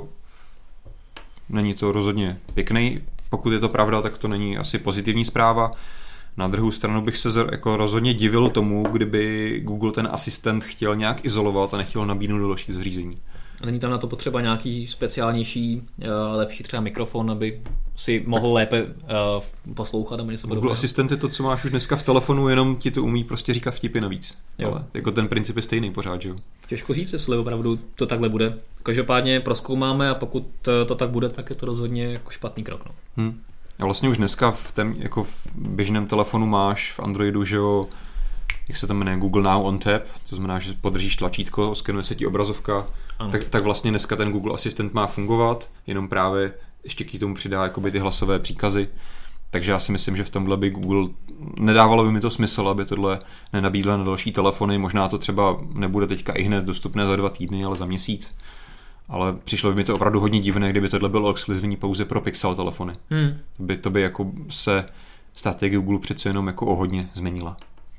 není to rozhodně pěkný. Pokud je to pravda, tak to není asi pozitivní zpráva. Na druhou stranu bych se jako rozhodně divil tomu, kdyby Google ten asistent chtěl nějak izolovat a nechtěl nabídnout do dalších zařízení. Není tam na to potřeba nějaký speciálnější, lepší třeba mikrofon, aby si mohl lépe poslouchat nebo něco podobného? Google Asistent je to, co máš už dneska v telefonu, jenom ti to umí prostě říkat vtipy navíc. Jo. Ale jako ten princip je stejný pořád, že jo? Těžko říct, jestli opravdu to takhle bude. Každopádně prozkoumáme a pokud to tak bude, tak je to rozhodně jako špatný krok. No. A vlastně už dneska jako v běžném telefonu máš v Androidu, že jo, jak se to jmenuje, Google Now on Tap, to znamená, že podržíš tlačítko, oskenuje se ti obrazovka, tak vlastně dneska ten Google Assistant má fungovat, jenom právě ještě k tomu přidá jakoby ty hlasové příkazy. Takže já si myslím, že v tomhle by Google, nedávalo by mi to smysl, aby tohle nenabídla na další telefony, možná to třeba nebude teďka i hned dostupné za 2 týdny, ale za měsíc. Ale přišlo by mi to opravdu hodně divné, kdyby tohle bylo exkluzivní pouze pro Pixel telefony. To by jako se strategie Google přece jenom jako o hodně změnila.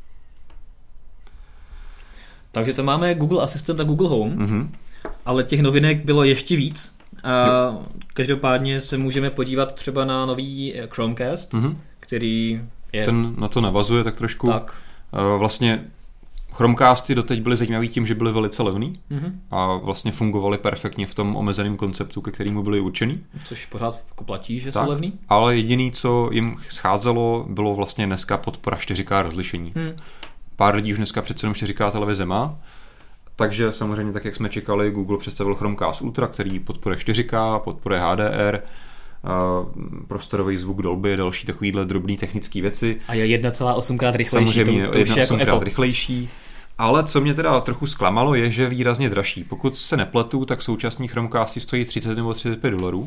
Takže to máme Google Assistant a Google Home, ale těch novinek bylo ještě víc. Každopádně se můžeme podívat třeba na nový Chromecast, který je... Ten na to navazuje tak trošku. Tak. Vlastně Chromecasty doteď byly zajímavý tím, že byly velice levný a vlastně fungovaly perfektně v tom omezeném konceptu, ke kterému byly určený. Což pořád jako platí, že jsou levný? Ale jediný, co jim scházelo, bylo vlastně dneska podpora 4K rozlišení. Pár lidí už dneska přece jenom 4K televize má, takže samozřejmě tak, jak jsme čekali, Google představil Chromecast Ultra, který podporuje 4K, podporuje HDR, prostorový zvuk Dolby, další takovýhle drobný technické věci. A je 1,8krát rychlejší. Samozřejmě to už je jako 1,8krát rychlejší. Ale co mě teda trochu zklamalo, je, že výrazně dražší. Pokud se nepletu, tak současný Chromecasty stojí $30 nebo $35.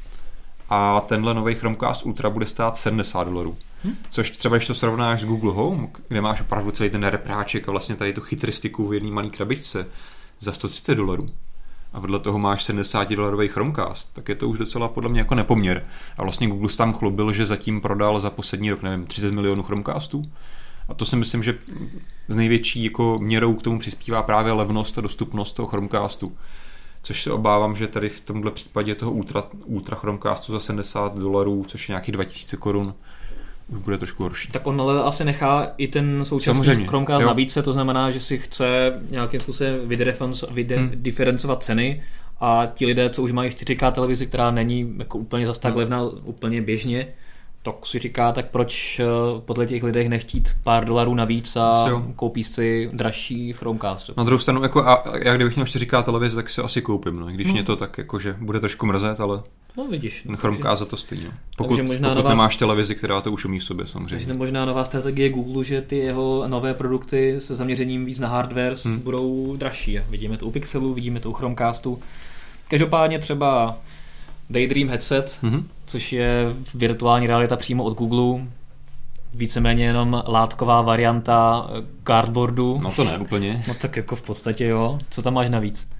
A tenhle nový Chromecast Ultra bude stát $70. Což třeba, když to srovnáš s Google Home, kde máš opravdu celý ten repráček a vlastně tady tu chytristiku v jedné malé krabičce za $130 a vedle toho máš $70 Chromecast, tak je to už docela podle mě jako nepoměr. A vlastně Google tam chlubil, že zatím prodal za poslední rok, nevím, 30 milionů Chromecastů. A to si myslím, že z největší jako měrou k tomu přispívá právě levnost a dostupnost toho Chromecastu. Což se obávám, že tady v tomhle případě toho Ultra Chromecastu za $70, což je nějakých 2000 korun, už bude trošku horší. Tak on ale asi nechá i ten současný Chromecast nabídce, to znamená, že si chce nějakým způsobem diferencovat ceny a ti lidé, co už mají 4K televizi, která není jako úplně zas tak levná, úplně běžně, tak si říká, tak proč podle těch lidech nechtít pár dolarů navíc a koupí si dražší Chromecast. Na druhou stranu, jako já kdybych měl 4K televizi, tak si asi koupím. No. Když mě to tak jakože bude trošku mrzet, ale vidíš, ten Chromecast za to stojí. No. Pokud nemáš televizi, která to už umí v sobě, samozřejmě. Takže možná nová strategie Google, že ty jeho nové produkty se zaměřením víc na hardware budou dražší. Vidíme to u Pixelu, vidíme to u Chromecastu. Každopádně třeba Daydream headset, což je virtuální realita přímo od Google, víceméně jenom látková varianta cardboardu. No to ne úplně. No tak jako v podstatě jo. Co tam máš navíc?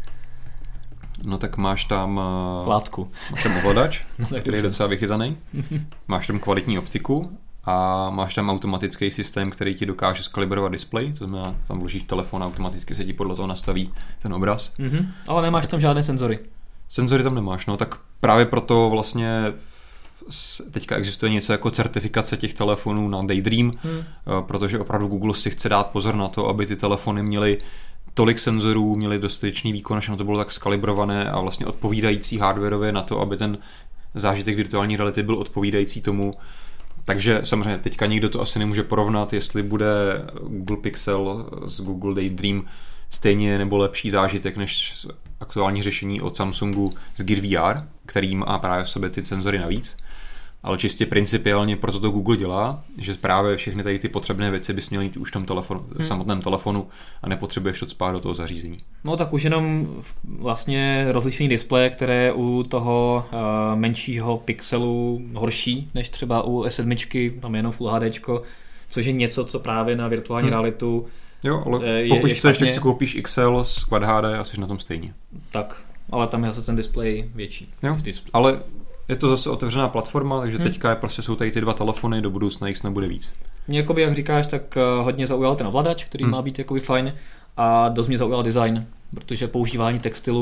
No tak máš tam látku. Máš tam ovladač, který je docela vychytaný. Máš tam kvalitní optiku a máš tam automatický systém, který ti dokáže skalibrovat displej, to znamená, tam vložíš telefon a automaticky se ti podle toho nastaví ten obraz. Ale nemáš tam žádné senzory. Senzory tam nemáš, no tak právě proto vlastně teďka existuje něco jako certifikace těch telefonů na Daydream, protože opravdu Google si chce dát pozor na to, aby ty telefony měly tolik senzorů, měly dostatečný výkon, až to bylo tak skalibrované a vlastně odpovídající hardwareově na to, aby ten zážitek virtuální reality byl odpovídající tomu. Takže samozřejmě teďka nikdo to asi nemůže porovnat, jestli bude Google Pixel s Google Daydream stejně nebo lepší zážitek než aktuální řešení od Samsungu z Gear VR, který má právě v sobě ty senzory navíc. Ale čistě principiálně proto to Google dělá, že právě všechny tady ty potřebné věci bys měl jít už v tom samotném telefonu a nepotřebuješ to cpát do toho zařízení. No tak už jenom vlastně rozlišení displeje, které je u toho menšího Pixelu horší než třeba u S7, tam je jenom Full HD, což je něco, co právě na virtuální realitu jo, ale pokud chceš, tak si koupíš XL s Quad HD a jsi na tom stejně. Tak, ale tam je zase ten displej větší. Jo, ale je to zase otevřená platforma, takže teďka prostě jsou tady ty dva telefony, do budoucna jich nebude víc. Mě jakoby, jak říkáš, tak hodně zaujal ten ovladač, který má být jakoby fajn a dost mě zaujal design, protože používání textilu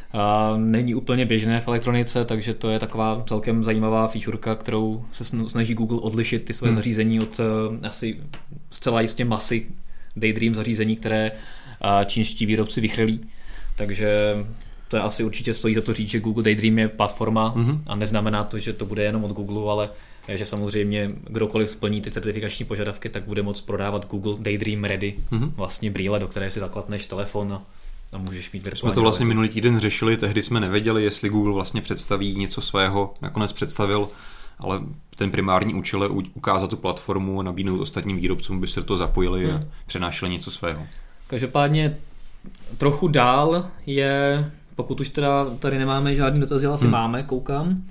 není úplně běžné v elektronice, takže to je taková celkem zajímavá featureka, kterou se snaží Google odlišit ty své zařízení od asi zcela jistě masy Daydream zařízení, které čínští výrobci vychrlí. Takže to je asi určitě stojí za to říct, že Google Daydream je platforma a neznamená to, že to bude jenom od Google, ale že samozřejmě kdokoliv splní ty certifikační požadavky, tak bude moct prodávat Google Daydream Ready, vlastně brýle, do které si zakladneš telefon a můžeš mít virtuální. Jsme to vlastně minulý týden řešili, tehdy jsme nevěděli, jestli Google vlastně představí něco svého, nakonec představil, ale ten primární účel je ukázat tu platformu a nabídnout ostatním výrobcům, aby se do toho zapojili a přenášeli něco svého. Každopádně trochu dál je, pokud už teda tady nemáme žádný dotazy, ale asi máme, koukám.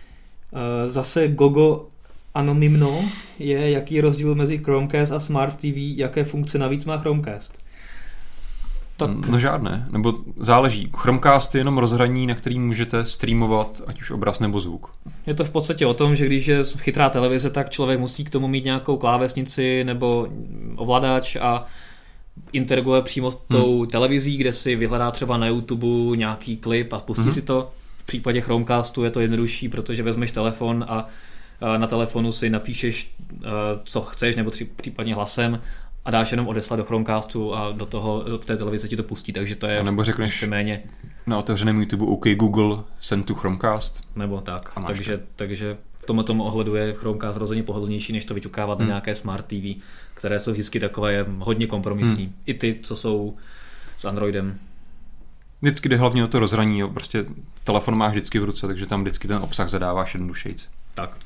Zase Gogo Anonymno je, jaký je rozdíl mezi Chromecast a Smart TV, jaké funkce navíc má Chromecast? Tak... No žádné, nebo záleží. Chromecast je jenom rozhraní, na který můžete streamovat ať už obraz nebo zvuk. Je to v podstatě o tom, že když je chytrá televize, tak člověk musí k tomu mít nějakou klávesnici nebo ovladač a interaguje přímo s tou televizí, kde si vyhledá třeba na YouTube nějaký klip a pustí si to. V případě Chromecastu je to jednodušší, protože vezmeš telefon a na telefonu si napíšeš, co chceš, nebo případně hlasem a dáš jenom odeslat do Chromecastu a do toho v té televizi ti to pustí, takže to je nebo řekneš méně na otevřeném YouTube OK Google send to Chromecast. Nebo tak. Takže v tomto ohledu je Chromecast rozhodně pohodlnější, než to vyťukávat na nějaké Smart TV, které jsou vždycky takové hodně kompromisní. I ty, co jsou s Androidem. Vždycky jde hlavně o to rozhraní, jo. Prostě telefon máš vždycky v ruce, takže tam vždycky ten obsah zadáváš jednodušejc. Tak.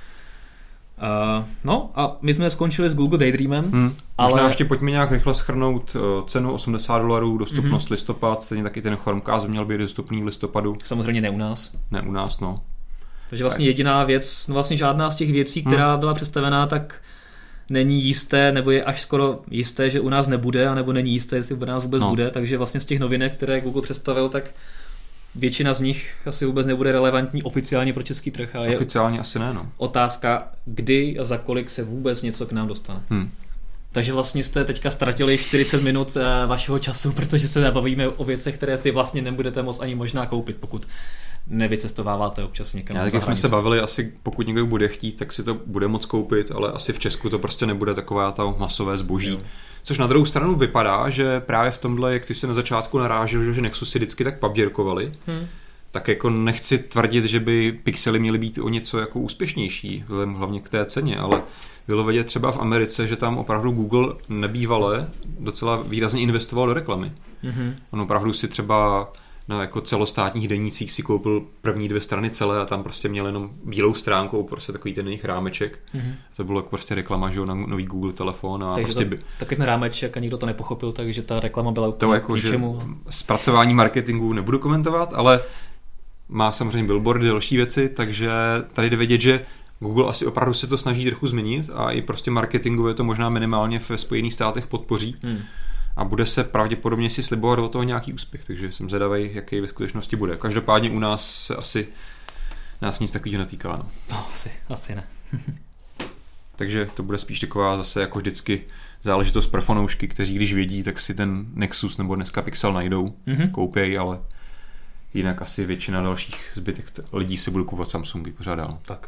No a my jsme skončili s Google Daydreamem. Ale... Možná ještě pojďme nějak rychle shrnout cenu $80, dostupnost listopad, stejně taky ten Chromecast měl být dostupný v listopadu. Samozřejmě ne u nás. Ne u nás, no. Takže vlastně jediná věc, no vlastně žádná z těch věcí, která byla představená, tak není jisté, nebo je až skoro jisté, že u nás nebude, anebo není jisté, jestli u nás vůbec bude, takže vlastně z těch novinek, které Google představil, tak většina z nich asi vůbec nebude relevantní oficiálně pro český trh. A oficiálně asi ne, no. Otázka, kdy a za kolik se vůbec něco k nám dostane. Takže vlastně jste teďka ztratili 40 minut vašeho času, protože se nebavíme o věcech, které si vlastně nebudete moc ani možná koupit, pokud nevycestováváte občas někam. Tak jak jsme se bavili, asi pokud někdo bude chtít, tak si to bude moc koupit, ale asi v Česku to prostě nebude taková ta masové zboží. Jo. Což na druhou stranu vypadá, že právě v tomhle, jak ty se na začátku narážil, že Nexusy vždycky tak paběrkovaly, tak jako nechci tvrdit, že by Pixely měly být o něco jako úspěšnější, hlavně k té ceně, ale bylo vidět třeba v Americe, že tam opravdu Google nebývale docela výrazně investoval do reklamy. On opravdu si třeba na jako celostátních denících si koupil první 2 strany celé a tam prostě měl jenom bílou stránkou, prostě takový ten jejich rámeček. To bylo jako prostě reklama, že na nový Google telefon. A takže prostě taky ten rámeček a nikdo to nepochopil, takže ta reklama byla úplně jako, k ničemu. Zpracování marketingu nebudu komentovat, ale má samozřejmě billboardy, další věci, takže tady jde vědět, že Google asi opravdu se to snaží trochu změnit a i prostě marketingově to možná minimálně ve Spojených státech podpoří. A bude se pravděpodobně si slibovat do toho nějaký úspěch, takže jsem zvědavý, jaký ve skutečnosti bude. Každopádně u nás se asi nás nic takového netýká. No. To asi ne. Takže to bude spíš taková zase jako vždycky záležitost pro fanoušky, kteří když vědí, tak si ten Nexus nebo dneska Pixel najdou, koupějí, ale jinak asi většina dalších zbytek lidí si budou kupovat Samsungy pořád dál. Tak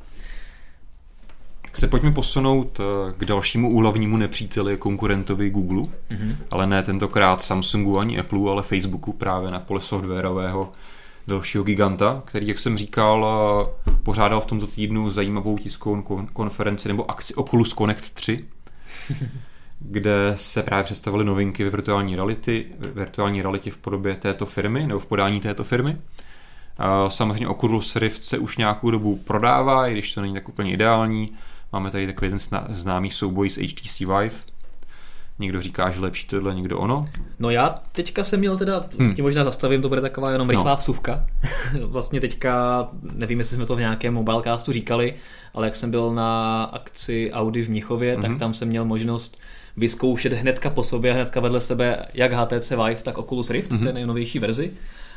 se pojďme posunout k dalšímu úhlavnímu nepříteli, konkurentovi Google, ale ne tentokrát Samsungu ani Apple, ale Facebooku právě na poli softwarového dalšího giganta, který, jak jsem říkal, pořádal v tomto týdnu zajímavou tiskovou konferenci nebo akci Oculus Connect 3, kde se právě představily novinky ve virtuální realitě v podobě této firmy nebo v podání této firmy. Samozřejmě Oculus Rift se už nějakou dobu prodává, i když to není tak úplně ideální. Máme tady takový ten známý souboj s HTC Vive. Někdo říká, že lepší tohle, někdo ono. No já teďka jsem měl teda, tě možná zastavím, to bude taková jenom rychlá vsuvka. Vlastně teďka, nevím, jestli jsme to v nějakém mobilecastu říkali, ale jak jsem byl na akci Audi v Mnichově, tak tam jsem měl možnost vyzkoušet hnedka po sobě, hnedka vedle sebe jak HTC Vive, tak Oculus Rift, té nejnovější verzi.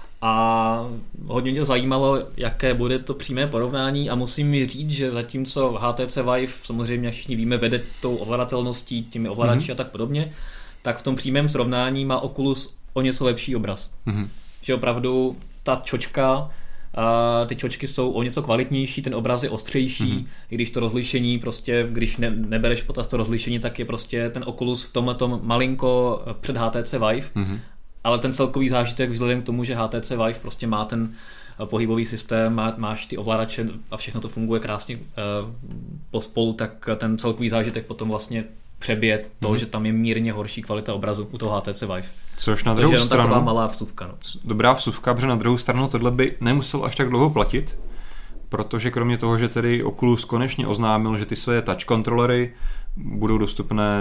A hodně mě zajímalo, jaké bude to přímé porovnání a musím mi říct, že zatímco HTC Vive samozřejmě všichni víme vede tou ovladatelností, těmi ovladači a tak podobně, tak v tom přímém srovnání má Oculus o něco lepší obraz. Že opravdu ta čočka, ty čočky jsou o něco kvalitnější, ten obraz je ostřejší, i když to rozlišení prostě, když nebereš potaz to rozlišení, tak je prostě ten Oculus v tomhletom malinko před HTC Vive. Ale ten celkový zážitek vzhledem k tomu, že HTC Vive prostě má ten pohybový systém, máš ty ovladače a všechno to funguje krásně pospolu, tak ten celkový zážitek potom vlastně přebije to, že tam je mírně horší kvalita obrazu u toho HTC Vive. Což na druhou stranu taková malá vsuvka. No. Dobrá vsuvka, protože na druhou stranu tohle by nemusel až tak dlouho platit, protože kromě toho, že tedy Oculus konečně oznámil, že ty své touch kontrolery budou dostupné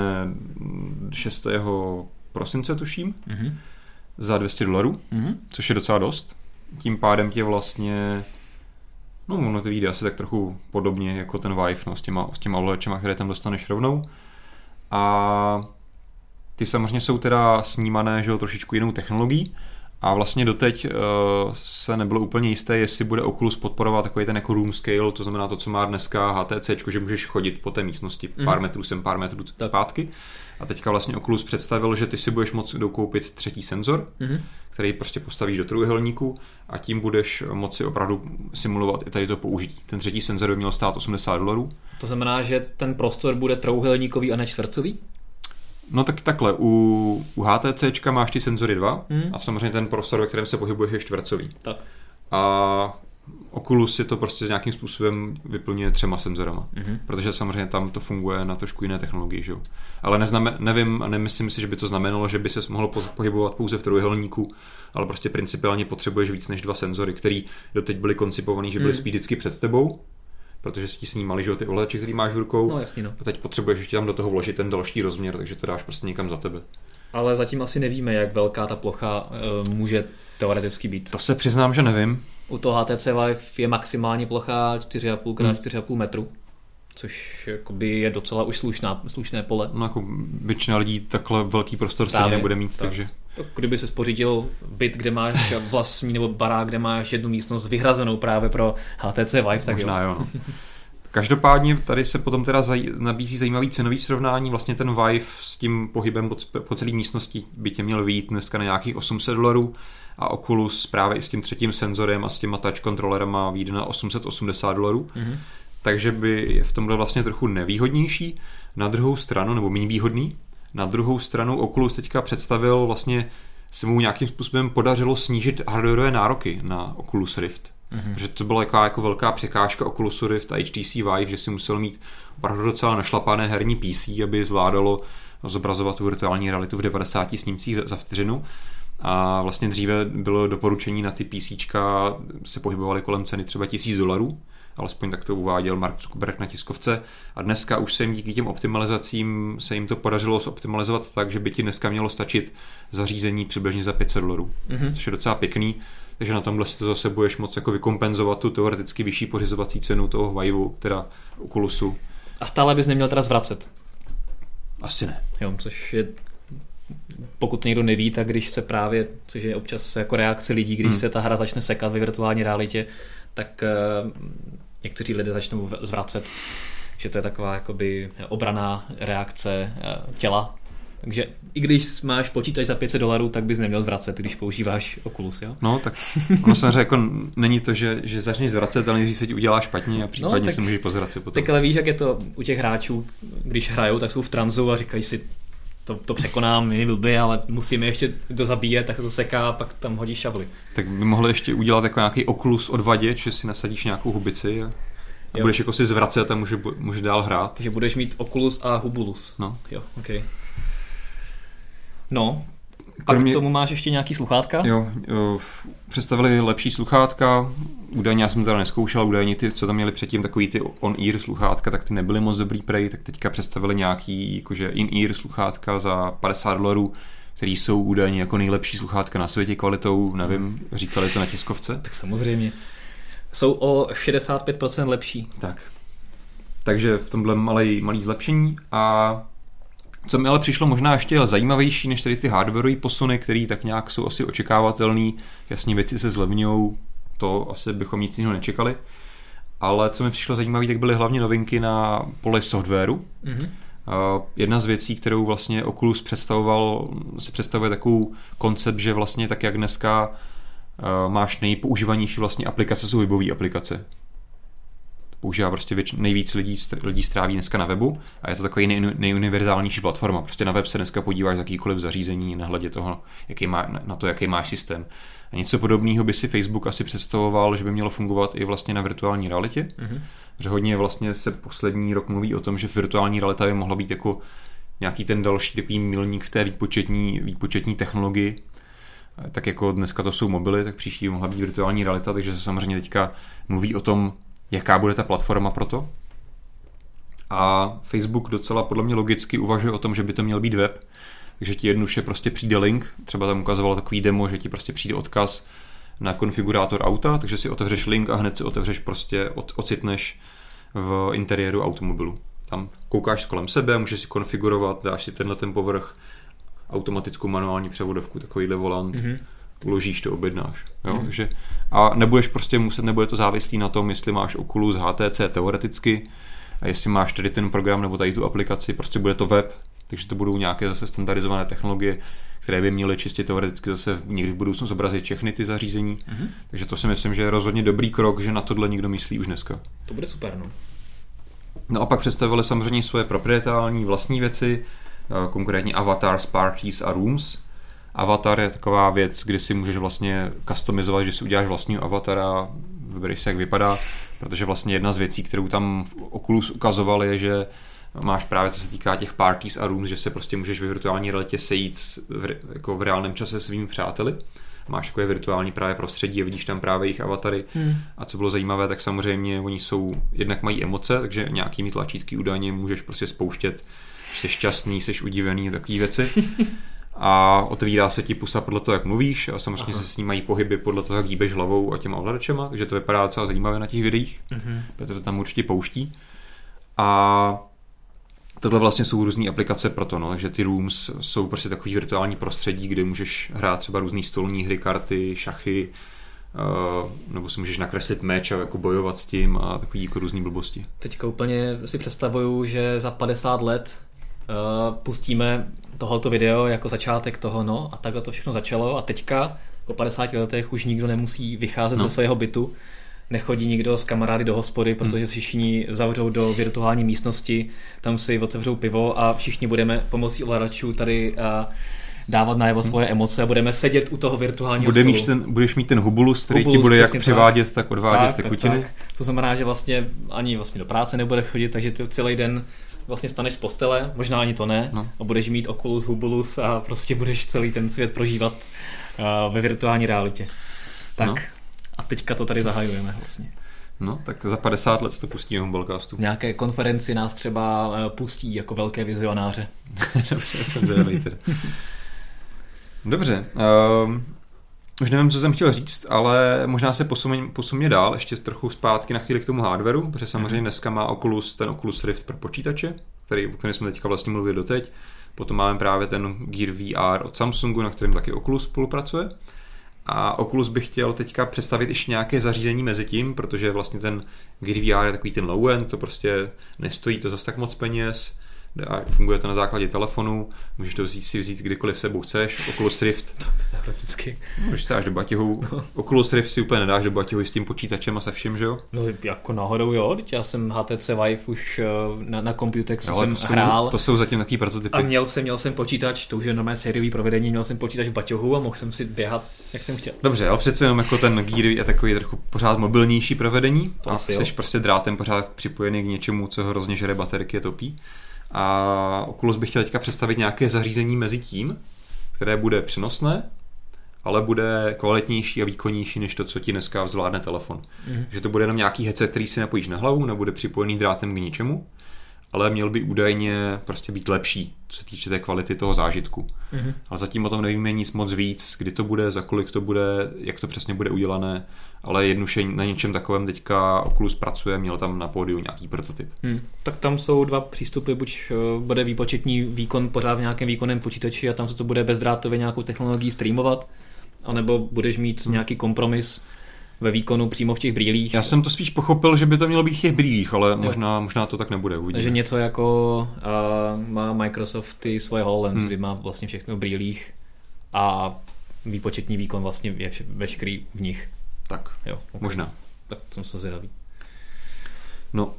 6. prosince, tuším, za $200, což je docela dost. Tím pádem tě vlastně, no ono to vyjde asi tak trochu podobně jako ten Vive, no, s těma ovladačema, které tam dostaneš rovnou. A ty samozřejmě jsou teda snímané, že jo, trošičku jinou technologií a vlastně doteď se nebylo úplně jisté, jestli bude Oculus podporovat takový ten jako room scale, to znamená to, co má dneska HTC, že můžeš chodit po té místnosti pár metrů sem, pár metrů zpátky. A teďka vlastně Oculus představil, že ty si budeš moci dokoupit 3. senzor, který prostě postavíš do trojúhelníku a tím budeš moci opravdu simulovat i tady to použití. Ten 3. senzor by měl stát $80. To znamená, že ten prostor bude trojúhelníkový a ne čtvercový? No tak takhle, u HTCčka máš ty senzory 2 a samozřejmě ten prostor, ve kterém se pohybuješ, je čtvercový. Tak. A Oculus si to prostě nějakým způsobem vyplňuje 3 senzorama, protože samozřejmě tam to funguje na trošku jiné technologii, že jo. Ale nevím a nemyslím si, že by to znamenalo, že by se mohlo pohybovat pouze v trojúhelníku, ale prostě principiálně potřebuješ víc než 2 senzory, který doteď byly koncipovaný, že byly spíš vždycky před tebou, protože si ti snímali, že jo, ty ovladače, který máš v rukou. No, jasný, no. A teď potřebuješ ještě tam do toho vložit ten další rozměr, takže to dáš prostě někam za tebe. Ale zatím asi nevíme, jak velká ta plocha může teoreticky být. To se přiznám, že nevím. U toho HTC Vive je maximální plocha 4,5 x 4,5 metru, což jakoby je docela už slušné pole. No jako většina lidí takhle velký prostor stejně nebude mít, takže... Kdyby se spořídil byt, kde máš vlastní, nebo barák, kde máš jednu místnost vyhrazenou právě pro HTC Vive, tak možná jo. No. Každopádně tady se potom teda nabízí zajímavý cenový srovnání, vlastně ten Vive s tím pohybem po celé místnosti by tě měl vyjít dneska na nějakých $800 a Oculus právě i s tím třetím senzorem a s těma touch kontrolerama vyjde na $880. Takže by je v tomhle vlastně trochu nevýhodnější. Na druhou stranu, nebo méně výhodný, na druhou stranu Oculus teďka představil vlastně, se mu nějakým způsobem podařilo snížit hardwareové nároky na Oculus Rift. Protože to byla jako velká překážka Oculusu Rift a HTC Vive, že si musel mít opravdu docela našlapané herní PC, aby zvládalo zobrazovat tu virtuální realitu v 90 snímcích za vteřinu. A vlastně dříve bylo doporučení na ty PCčka, se pohybovaly kolem ceny třeba $1000, alespoň tak to uváděl Mark Zuckerberg na tiskovce. A dneska už se jim díky těm optimalizacím se jim to podařilo zoptimalizovat tak, že by ti dneska mělo stačit zařízení přibližně za $500, což je docela pěkný. Takže na tomhle si to zase budeš moc jako vykompenzovat tu teoreticky vyšší pořizovací cenu toho Viveu, teda Oculusu. A stále bys neměl teda zvracet? Asi ne. Jo, což je, pokud někdo neví, tak když se právě, což je občas jako reakce lidí, když se ta hra začne sekat ve virtuální realitě, tak někteří lidé začnou zvracet, že to je taková jakoby obranná reakce těla. Takže i když máš počítač za $500, tak bys neměl zvracet, když používáš Oculus, jo? No, tak ono samozřejmě jako není to, že začneš zvracet, ale nejdřív se ti udělá špatně a případně si můžeš pozvracet potom. Tak ale víš, jak je to u těch hráčů, když hrajou, tak jsou v tranzu a říkají si, to překonám, je blbý, ale musíme ještě dozabíjet, tak to seká a pak tam hodíš šavly. Tak by mohli ještě udělat jako nějaký Oculus odvaděč, že si nasadíš nějakou hubici a budeš jako si zvracet a může dál hrát. Takže budeš mít Oculus a Hubulus. No. Jo, okay. No, pak k tomu máš ještě nějaký sluchátka? Jo, představili lepší sluchátka, údajně já jsem to teda neskoušel, údajně ty, co tam měli předtím, takový ty on-ear sluchátka, tak ty nebyly moc dobrý prej, tak teďka představili nějaký jakože in-ear sluchátka za $50, který jsou údajně jako nejlepší sluchátka na světě kvalitou, nevím, říkali to na tiskovce. Tak samozřejmě. Jsou o 65% lepší. Tak. Takže v tomhle malý zlepšení a co mi ale přišlo možná ještě zajímavější než tady ty hardwareové posuny, které tak nějak jsou asi očekávatelný, jasně věci se zlevňují, to asi bychom nic jiného nečekali, ale co mi přišlo zajímavé, tak byly hlavně novinky na poli softwaru. Jedna z věcí, kterou vlastně Oculus představuje takovou koncept, že vlastně tak jak dneska máš nejpoužívanější vlastně aplikace, jsou webové aplikace. Používá prostě nejvíc lidí stráví dneska na webu a je to takový nejuniverzálnější platforma. Prostě na web se dneska podíváš z jakýkoliv zařízení nehledě toho, jaký máš systém. A něco podobného by si Facebook asi představoval, že by mělo fungovat i vlastně na virtuální realitě. Že hodně vlastně se poslední rok mluví o tom, že virtuální realita by mohla být jako nějaký ten další takový milník v té výpočetní technologii. Tak jako dneska to jsou mobily, tak příští mohla být virtuální realita, takže se samozřejmě teďka mluví o tom, jaká bude ta platforma pro to. A Facebook docela podle mě logicky uvažuje o tom, že by to měl být web, takže ti jednoduše prostě přijde link, třeba tam ukazovalo takový demo, že ti prostě přijde odkaz na konfigurátor auta, takže si otevřeš link a hned si otevřeš prostě, ocitneš v interiéru automobilu. Tam koukáš kolem sebe, můžeš si konfigurovat, dáš si tenhle ten povrch, automatickou manuální převodovku, takovýhle volant, uložíš to, objednáš. Jo? Takže, a nebudeš prostě nebude to závislý na tom, jestli máš Oculus HTC teoreticky a jestli máš tady ten program nebo tady tu aplikaci, prostě bude to web, takže to budou nějaké zase standardizované technologie, které by měly čistě teoreticky zase někdy v budoucnu zobrazit všechny ty zařízení. Takže to si myslím, že je rozhodně dobrý krok, že na tohle někdo myslí už dneska. To bude super, no. No a pak představili samozřejmě svoje proprietární vlastní věci, konkrétně Avatar, Sparkies a Rooms. Avatar je taková věc, kdy si můžeš vlastně customizovat, že si uděláš vlastního avatara vybereš si, jak vypadá, protože vlastně jedna z věcí, kterou tam Oculus ukazoval, je, že máš právě, co se týká těch parties a rooms, že se prostě můžeš ve virtuální realitě sejít jako v reálném čase se svými přáteli. Máš takové virtuální právě prostředí a vidíš tam právě jejich avatary. A co bylo zajímavé, tak samozřejmě oni jednak mají emoce, takže nějakými tlačítky údajně můžeš prostě spouštět, jsi šťastný, jsi udivený, takové věci. A otevírá se ti pusa podle toho, jak mluvíš a samozřejmě se snímají pohyby podle toho, jak hýbeš hlavou a těma ovladačema, takže to vypadá docela zajímavé na těch videích, protože to tam určitě pouští. A tohle vlastně jsou různé aplikace pro to, no, takže ty rooms jsou prostě takový virtuální prostředí, kde můžeš hrát třeba různé stolní hry, karty, šachy, nebo si můžeš nakreslit meč a jako bojovat s tím a takový jako různý blbosti. Teďka úplně si představuju, že za 50 let pustíme tohoto video jako začátek toho, no a takhle to všechno začalo a teďka po 50 letech už nikdo nemusí vycházet ze svého bytu, nechodí nikdo s kamarády do hospody, protože si všichni zavřou do virtuální místnosti, tam si otevřou pivo a všichni budeme pomocí ovladačů tady dávat najevo svoje emoce a budeme sedět u toho virtuálního stolu. Budeš mít ten hubulus, který ti bude jak přivádět, tak odvádět tekutiny. Tak. To znamená, že vlastně ani vlastně do práce nebudeš chodit, takže ty celý den vlastně staneš z postele, možná ani to ne, a budeš mít Oculus, hubulus a prostě budeš celý ten svět prožívat ve virtuální realitě. Tak a teďka to tady zahajujeme vlastně. No, tak za 50 let to pustíme v Mobilecastu. V nějaké konferenci nás třeba pustí jako velké vizionáře. Dobře, jsem zvědavý teda. Dobře, už nevím, co jsem chtěl říct, ale možná se posuně dál, ještě trochu zpátky na chvíli k tomu hardwareu, protože samozřejmě dneska má ten Oculus Rift pro počítače, o kterém jsme teďka vlastně mluvili doteď. Potom máme právě ten Gear VR od Samsungu, na kterém taky Oculus spolupracuje. A Oculus bych chtěl teďka představit ještě nějaké zařízení mezi tím, protože vlastně ten Gear VR je takový ten low-end, to prostě nestojí to zase tak moc peněz, a funguje to na základě telefonu, můžeš to si vzít kdykoliv sebou chceš. Oculus Rift prakticky. Můžeš dáš do baťohu. Oculus Rift si úplně nedáš do baťohu s tím počítačem a se vším, že jo? No jako náhodou jo, teď já jsem HTC Vive už na Computexu jsem hrál. To jsou zatím takový prototypy. A měl jsem počítač, to už je normálně sériový provedení, měl jsem počítač v baťohu a mohl jsem si běhat, jak jsem chtěl. Dobře, ale přece jenom jako ten Gear je takový trochu pořád mobilnější provedení. A jsi prostě drátem pořád připojený k něčemu, co hrozně žere baterky a topí. A Oculus bych chtěl teďka představit nějaké zařízení mezi tím, které bude přenosné, ale bude kvalitnější a výkonnější než to, co ti dneska zvládne telefon. Takže to bude jenom nějaký headset, který si napojíš na hlavu, nebude připojený drátem k ničemu, ale měl by údajně prostě být lepší, co se týče té kvality toho zážitku. Ale zatím o tom nevíme nic moc víc, kdy to bude, za kolik to bude, jak to přesně bude udělané, ale na něčem takovém teďka Oculus pracuje, měl tam na pódiu nějaký prototyp. Tak tam jsou dva přístupy, buď bude výpočetní výkon pořád v nějakém výkonném počítači a tam se to bude bezdrátově nějakou technologií streamovat, anebo budeš mít nějaký kompromis ve výkonu přímo v těch brýlích. Já jsem to spíš pochopil, že by to mělo být v těch brýlích, ale možná to tak nebude. Uvidíme. Takže něco jako má Microsoft ty svoje HoloLens, kdy má vlastně všechno v brýlích a výpočetní výkon vlastně je veškerý v nich. Tak, jo, okay. Možná. Tak jsem se zvědavý. No,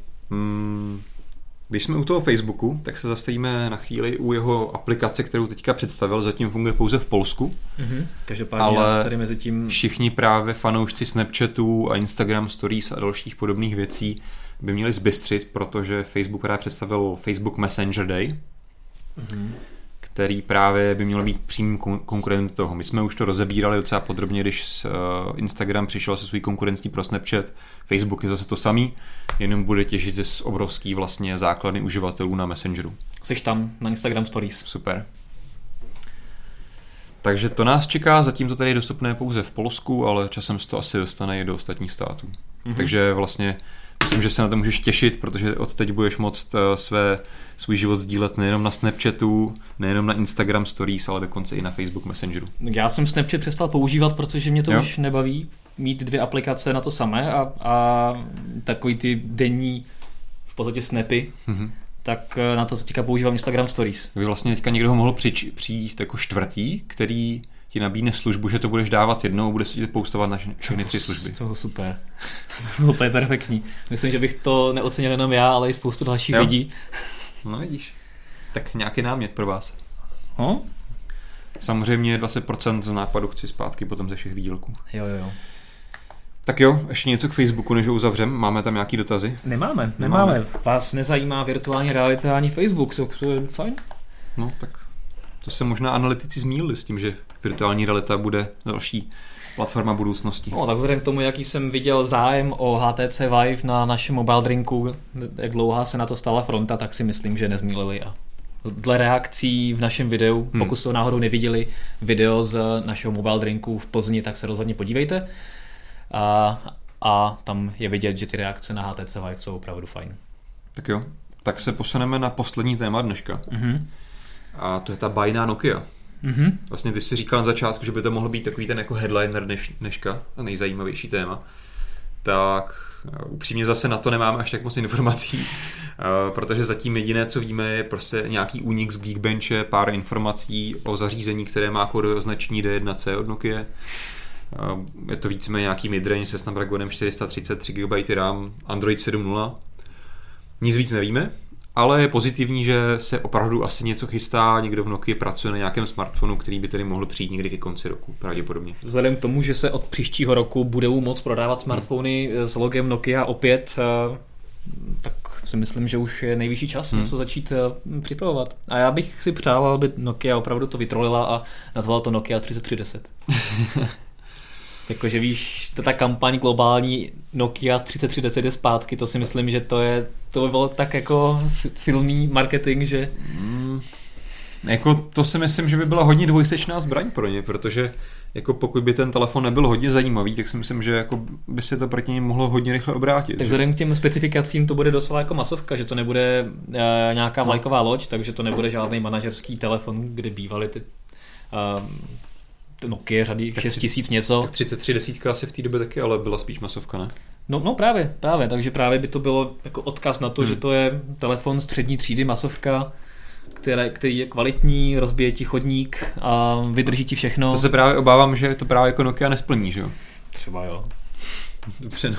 když jsme u toho Facebooku, tak se zastavíme na chvíli u jeho aplikace, kterou teďka představil, zatím funguje pouze v Polsku. Každopádně já se tady mezi tím... Všichni právě fanoušci Snapchatu a Instagram Stories a dalších podobných věcí by měli zbystřit, protože Facebook právě představil Facebook Messenger Day, který právě by měl být přímým konkurentem toho. My jsme už to rozebírali docela podrobně, když Instagram přišel se svou konkurencí pro Snapchat. Facebook je zase to samý, jenom bude těžit z obrovský vlastně základny uživatelů na Messengeru. Jseš tam na Instagram Stories. Super. Takže to nás čeká, zatím to tady je dostupné pouze v Polsku, ale časem se to asi dostane i do ostatních států. Takže vlastně myslím, že se na to můžeš těšit, protože od teď budeš moct svůj život sdílet nejenom na Snapchatu, nejenom na Instagram Stories, ale dokonce i na Facebook Messengeru. Já jsem Snapchat přestal používat, protože mě to už nebaví mít dvě aplikace na to samé a takový ty denní v podstatě snapy, tak na to teďka používám Instagram Stories. By vlastně teďka někdo mohl přijít jako čtvrtý, který ti nabídne službu, že to budeš dávat jednou a bude se postovat na všechny 3 služby. To super. To bylo úplně perfektní. Myslím, že bych to neocenil jenom já, ale i spoustu dalších lidí. No vidíš. Tak nějaký námět pro vás. No? Samozřejmě 20% z nápadu chci zpátky potom ze všech výdělků. Jo. Tak jo, ještě něco k Facebooku, než ho uzavřem. Máme tam nějaký dotazy? Nemáme. Vás nezajímá virtuální realita ani Facebook, to je fajn. No tak to se možná analytici zmýlili s tím, že virtuální realita bude další platforma budoucnosti. No, tak vzhledem k tomu, jaký jsem viděl zájem o HTC Vive na našem mobile drinku, jak dlouhá se na to stala fronta, tak si myslím, že nezmýlili. A dle reakcí v našem videu, pokud jste náhodou neviděli video z našeho mobile drinku v Plzni, tak se rozhodně podívejte. A tam je vidět, že ty reakce na HTC Vive jsou opravdu fajn. Tak jo, tak se posuneme na poslední téma dneška. A to je ta bajná Nokia. Vlastně ty jsi říkal na začátku, že by to mohl být takový ten jako headliner dneška, a nejzajímavější téma. Tak upřímně zase na to nemáme až tak moc informací, protože zatím jediné, co víme, je prostě nějaký únik z Geekbenche, pár informací o zařízení, které má kódové označení D1C od Nokia. Je to víceméně nějaký midrange se Snapdragonem 433 GB RAM, Android 7.0. Nic víc nevíme, ale je pozitivní, že se opravdu asi něco chystá, někdo v Nokii pracuje na nějakém smartphonu, který by tedy mohl přijít někdy ke konci roku, pravděpodobně. Vzhledem k tomu, že se od příštího roku budou moct prodávat smartfony s logem Nokia opět, tak si myslím, že už je nejvyšší čas něco začít připravovat. A já bych si přál, aby Nokia opravdu to vytrolila a nazvala to Nokia 3310. Jakože víš, ta kampaň globální Nokia 3310 je zpátky, to si myslím, že to by bylo tak jako silný marketing, že... Jako to si myslím, že by byla hodně dvojsečná zbraň pro ně, protože jako pokud by ten telefon nebyl hodně zajímavý, tak si myslím, že jako by se to proti něm mohlo hodně rychle obrátit. Tak vzhledem k těm specifikacím to bude docela jako masovka, že to nebude nějaká vlajková loď, takže to nebude žádný manažerský telefon, kde bývaly ty... Nokia řady 6000 něco. Tak 3310 asi v té době taky, ale byla spíš masovka, ne? No právě, takže právě by to bylo jako odkaz na to, že to je telefon střední třídy, masovka, který je kvalitní, rozbije ti chodník a vydrží ti všechno. To se právě obávám, že to právě jako Nokia nesplní, že jo? Třeba jo. Dobře, no.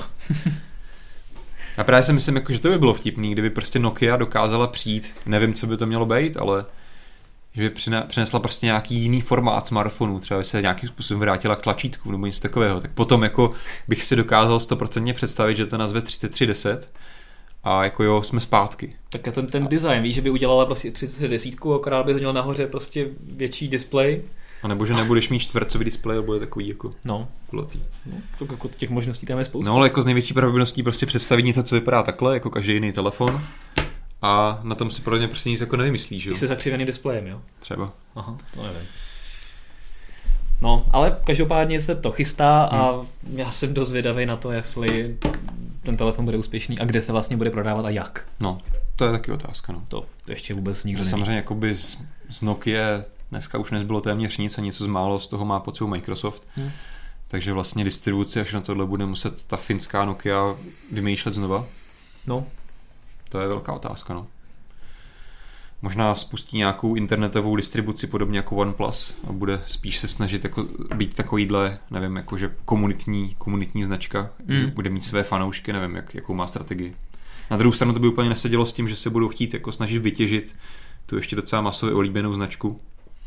A právě si myslím, jako, že to by bylo vtipný, kdyby prostě Nokia dokázala přijít, nevím, co by to mělo být, ale že by přinesla prostě nějaký jiný formát smartphonu, třeba by se nějakým způsobem vrátila k tlačítku nebo něco takového, tak potom jako bych si dokázal 100% představit, že to nazve 3310 a jako jo, jsme zpátky. Tak ten design, víš, že by udělala prostě 3010, akorát by měla nahoře prostě větší displej. A nebo že nebudeš mít čtvercový displej, ale bude takový jako kulatý. No, tak jako těch možností tam je spousta. No, ale jako z největší pravděpodobností prostě představit něco, co vypadá takhle, jako každý jiný telefon. A na tom si pro ně prostě nic jako nevymyslíš, jo? I se zakřiveným displejem, jo? Třeba. Aha, to nevím. No, ale každopádně se to chystá a já jsem dost zvědavý na to, jestli ten telefon bude úspěšný a kde se vlastně bude prodávat a jak. No, to je taky otázka, no. To ještě vůbec nikdo neví. Samozřejmě jakoby z Nokia dneska už nezbylo téměř nic a něco z málo z toho má pod sebou Microsoft. Takže vlastně distribuci až na tohle bude muset ta finská Nokia vymýšlet znova. No. To je velká otázka, no. Možná spustí nějakou internetovou distribuci podobně jako OnePlus a bude spíš se snažit jako být takovýhle, nevím, jakože komunitní značka, že bude mít své fanoušky, nevím, jakou má strategii. Na druhou stranu to by úplně nesedělo s tím, že se budou chtít jako snažit vytěžit tu ještě docela masově oblíbenou značku.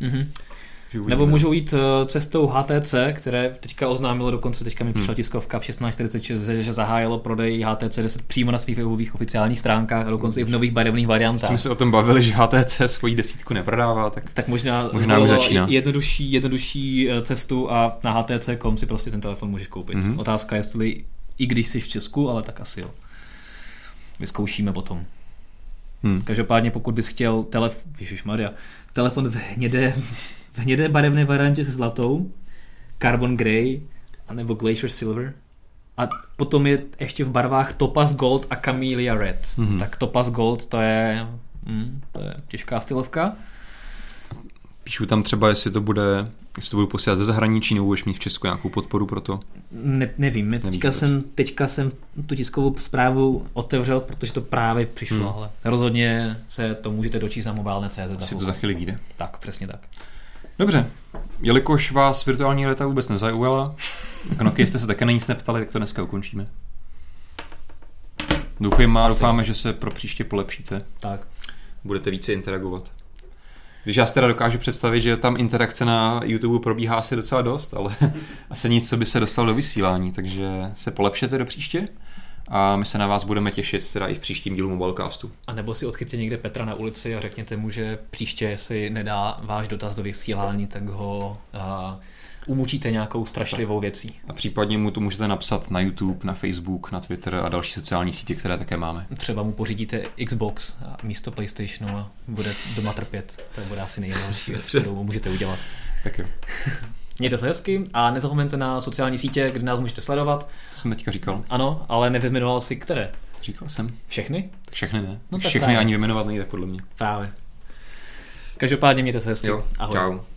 Nebo můžou jít cestou HTC, které teďka oznámilo, dokonce teďka mi přišla tiskovka v 16:46, že zahájilo prodej HTC 10 přímo na svých webových oficiálních stránkách a dokonce i v nových barevných variantách. Jsme se o tom bavili, že HTC svoji desítku neprodává, tak možná už začíná. Jednodušší cestu a na HTC.com si prostě ten telefon můžeš koupit. Otázka je, jestli i když jsi v Česku, ale tak asi jo. Vyzkoušíme potom. Každopádně pokud bys chtěl telefon v hnědé barevné variantě se zlatou, Carbon Grey anebo Glacier Silver a potom je ještě v barvách Topaz Gold a Camellia Red. Tak Topaz Gold to je těžká stylovka. Píšu tam třeba, jestli to budu posílat ze zahraničí, nebo budeš mít v Česku nějakou podporu pro to? Nevím. Teďka jsem tu tiskovou zprávu otevřel, protože to právě přišlo, ale rozhodně se to můžete dočíst na mobilne.cz. Asi to za chvíli vyjde. Tak, přesně tak. Dobře, jelikož vás virtuální realita vůbec nezaujala, jako Nokia jste se také na nic neptali, tak to dneska ukončíme. Doufáme, že se pro příště polepšíte. Tak. Budete více interagovat. Když já si teda dokážu představit, že tam interakce na YouTube probíhá asi docela dost, ale asi nic, co by se dostalo do vysílání, takže se polepšete do příště a my se na vás budeme těšit teda i v příštím dílu Mobilecastu. A nebo si odchyťte někde Petra na ulici a řekněte mu, že příště, jestli nedá váš dotaz do vysílání, tak ho umučíte nějakou strašlivou věcí. A případně mu to můžete napsat na YouTube, na Facebook, na Twitter a další sociální sítě, které také máme. Třeba mu pořídíte Xbox místo PlayStationu a bude doma trpět. To bude asi nejjednodušší věc, kterou můžete udělat. Tak jo. Mějte se hezky a nezapomeňte na sociální sítě, kde nás můžete sledovat. To jsem teďka říkal. Ano, ale nevyjmenoval si které. Říkal jsem. Všechny? Tak všechny ne. No tak všechny právě. Ani vyjmenovat nejde podle mě. Právě. Každopádně mějte se hezky. Jo, ahoj. Čau.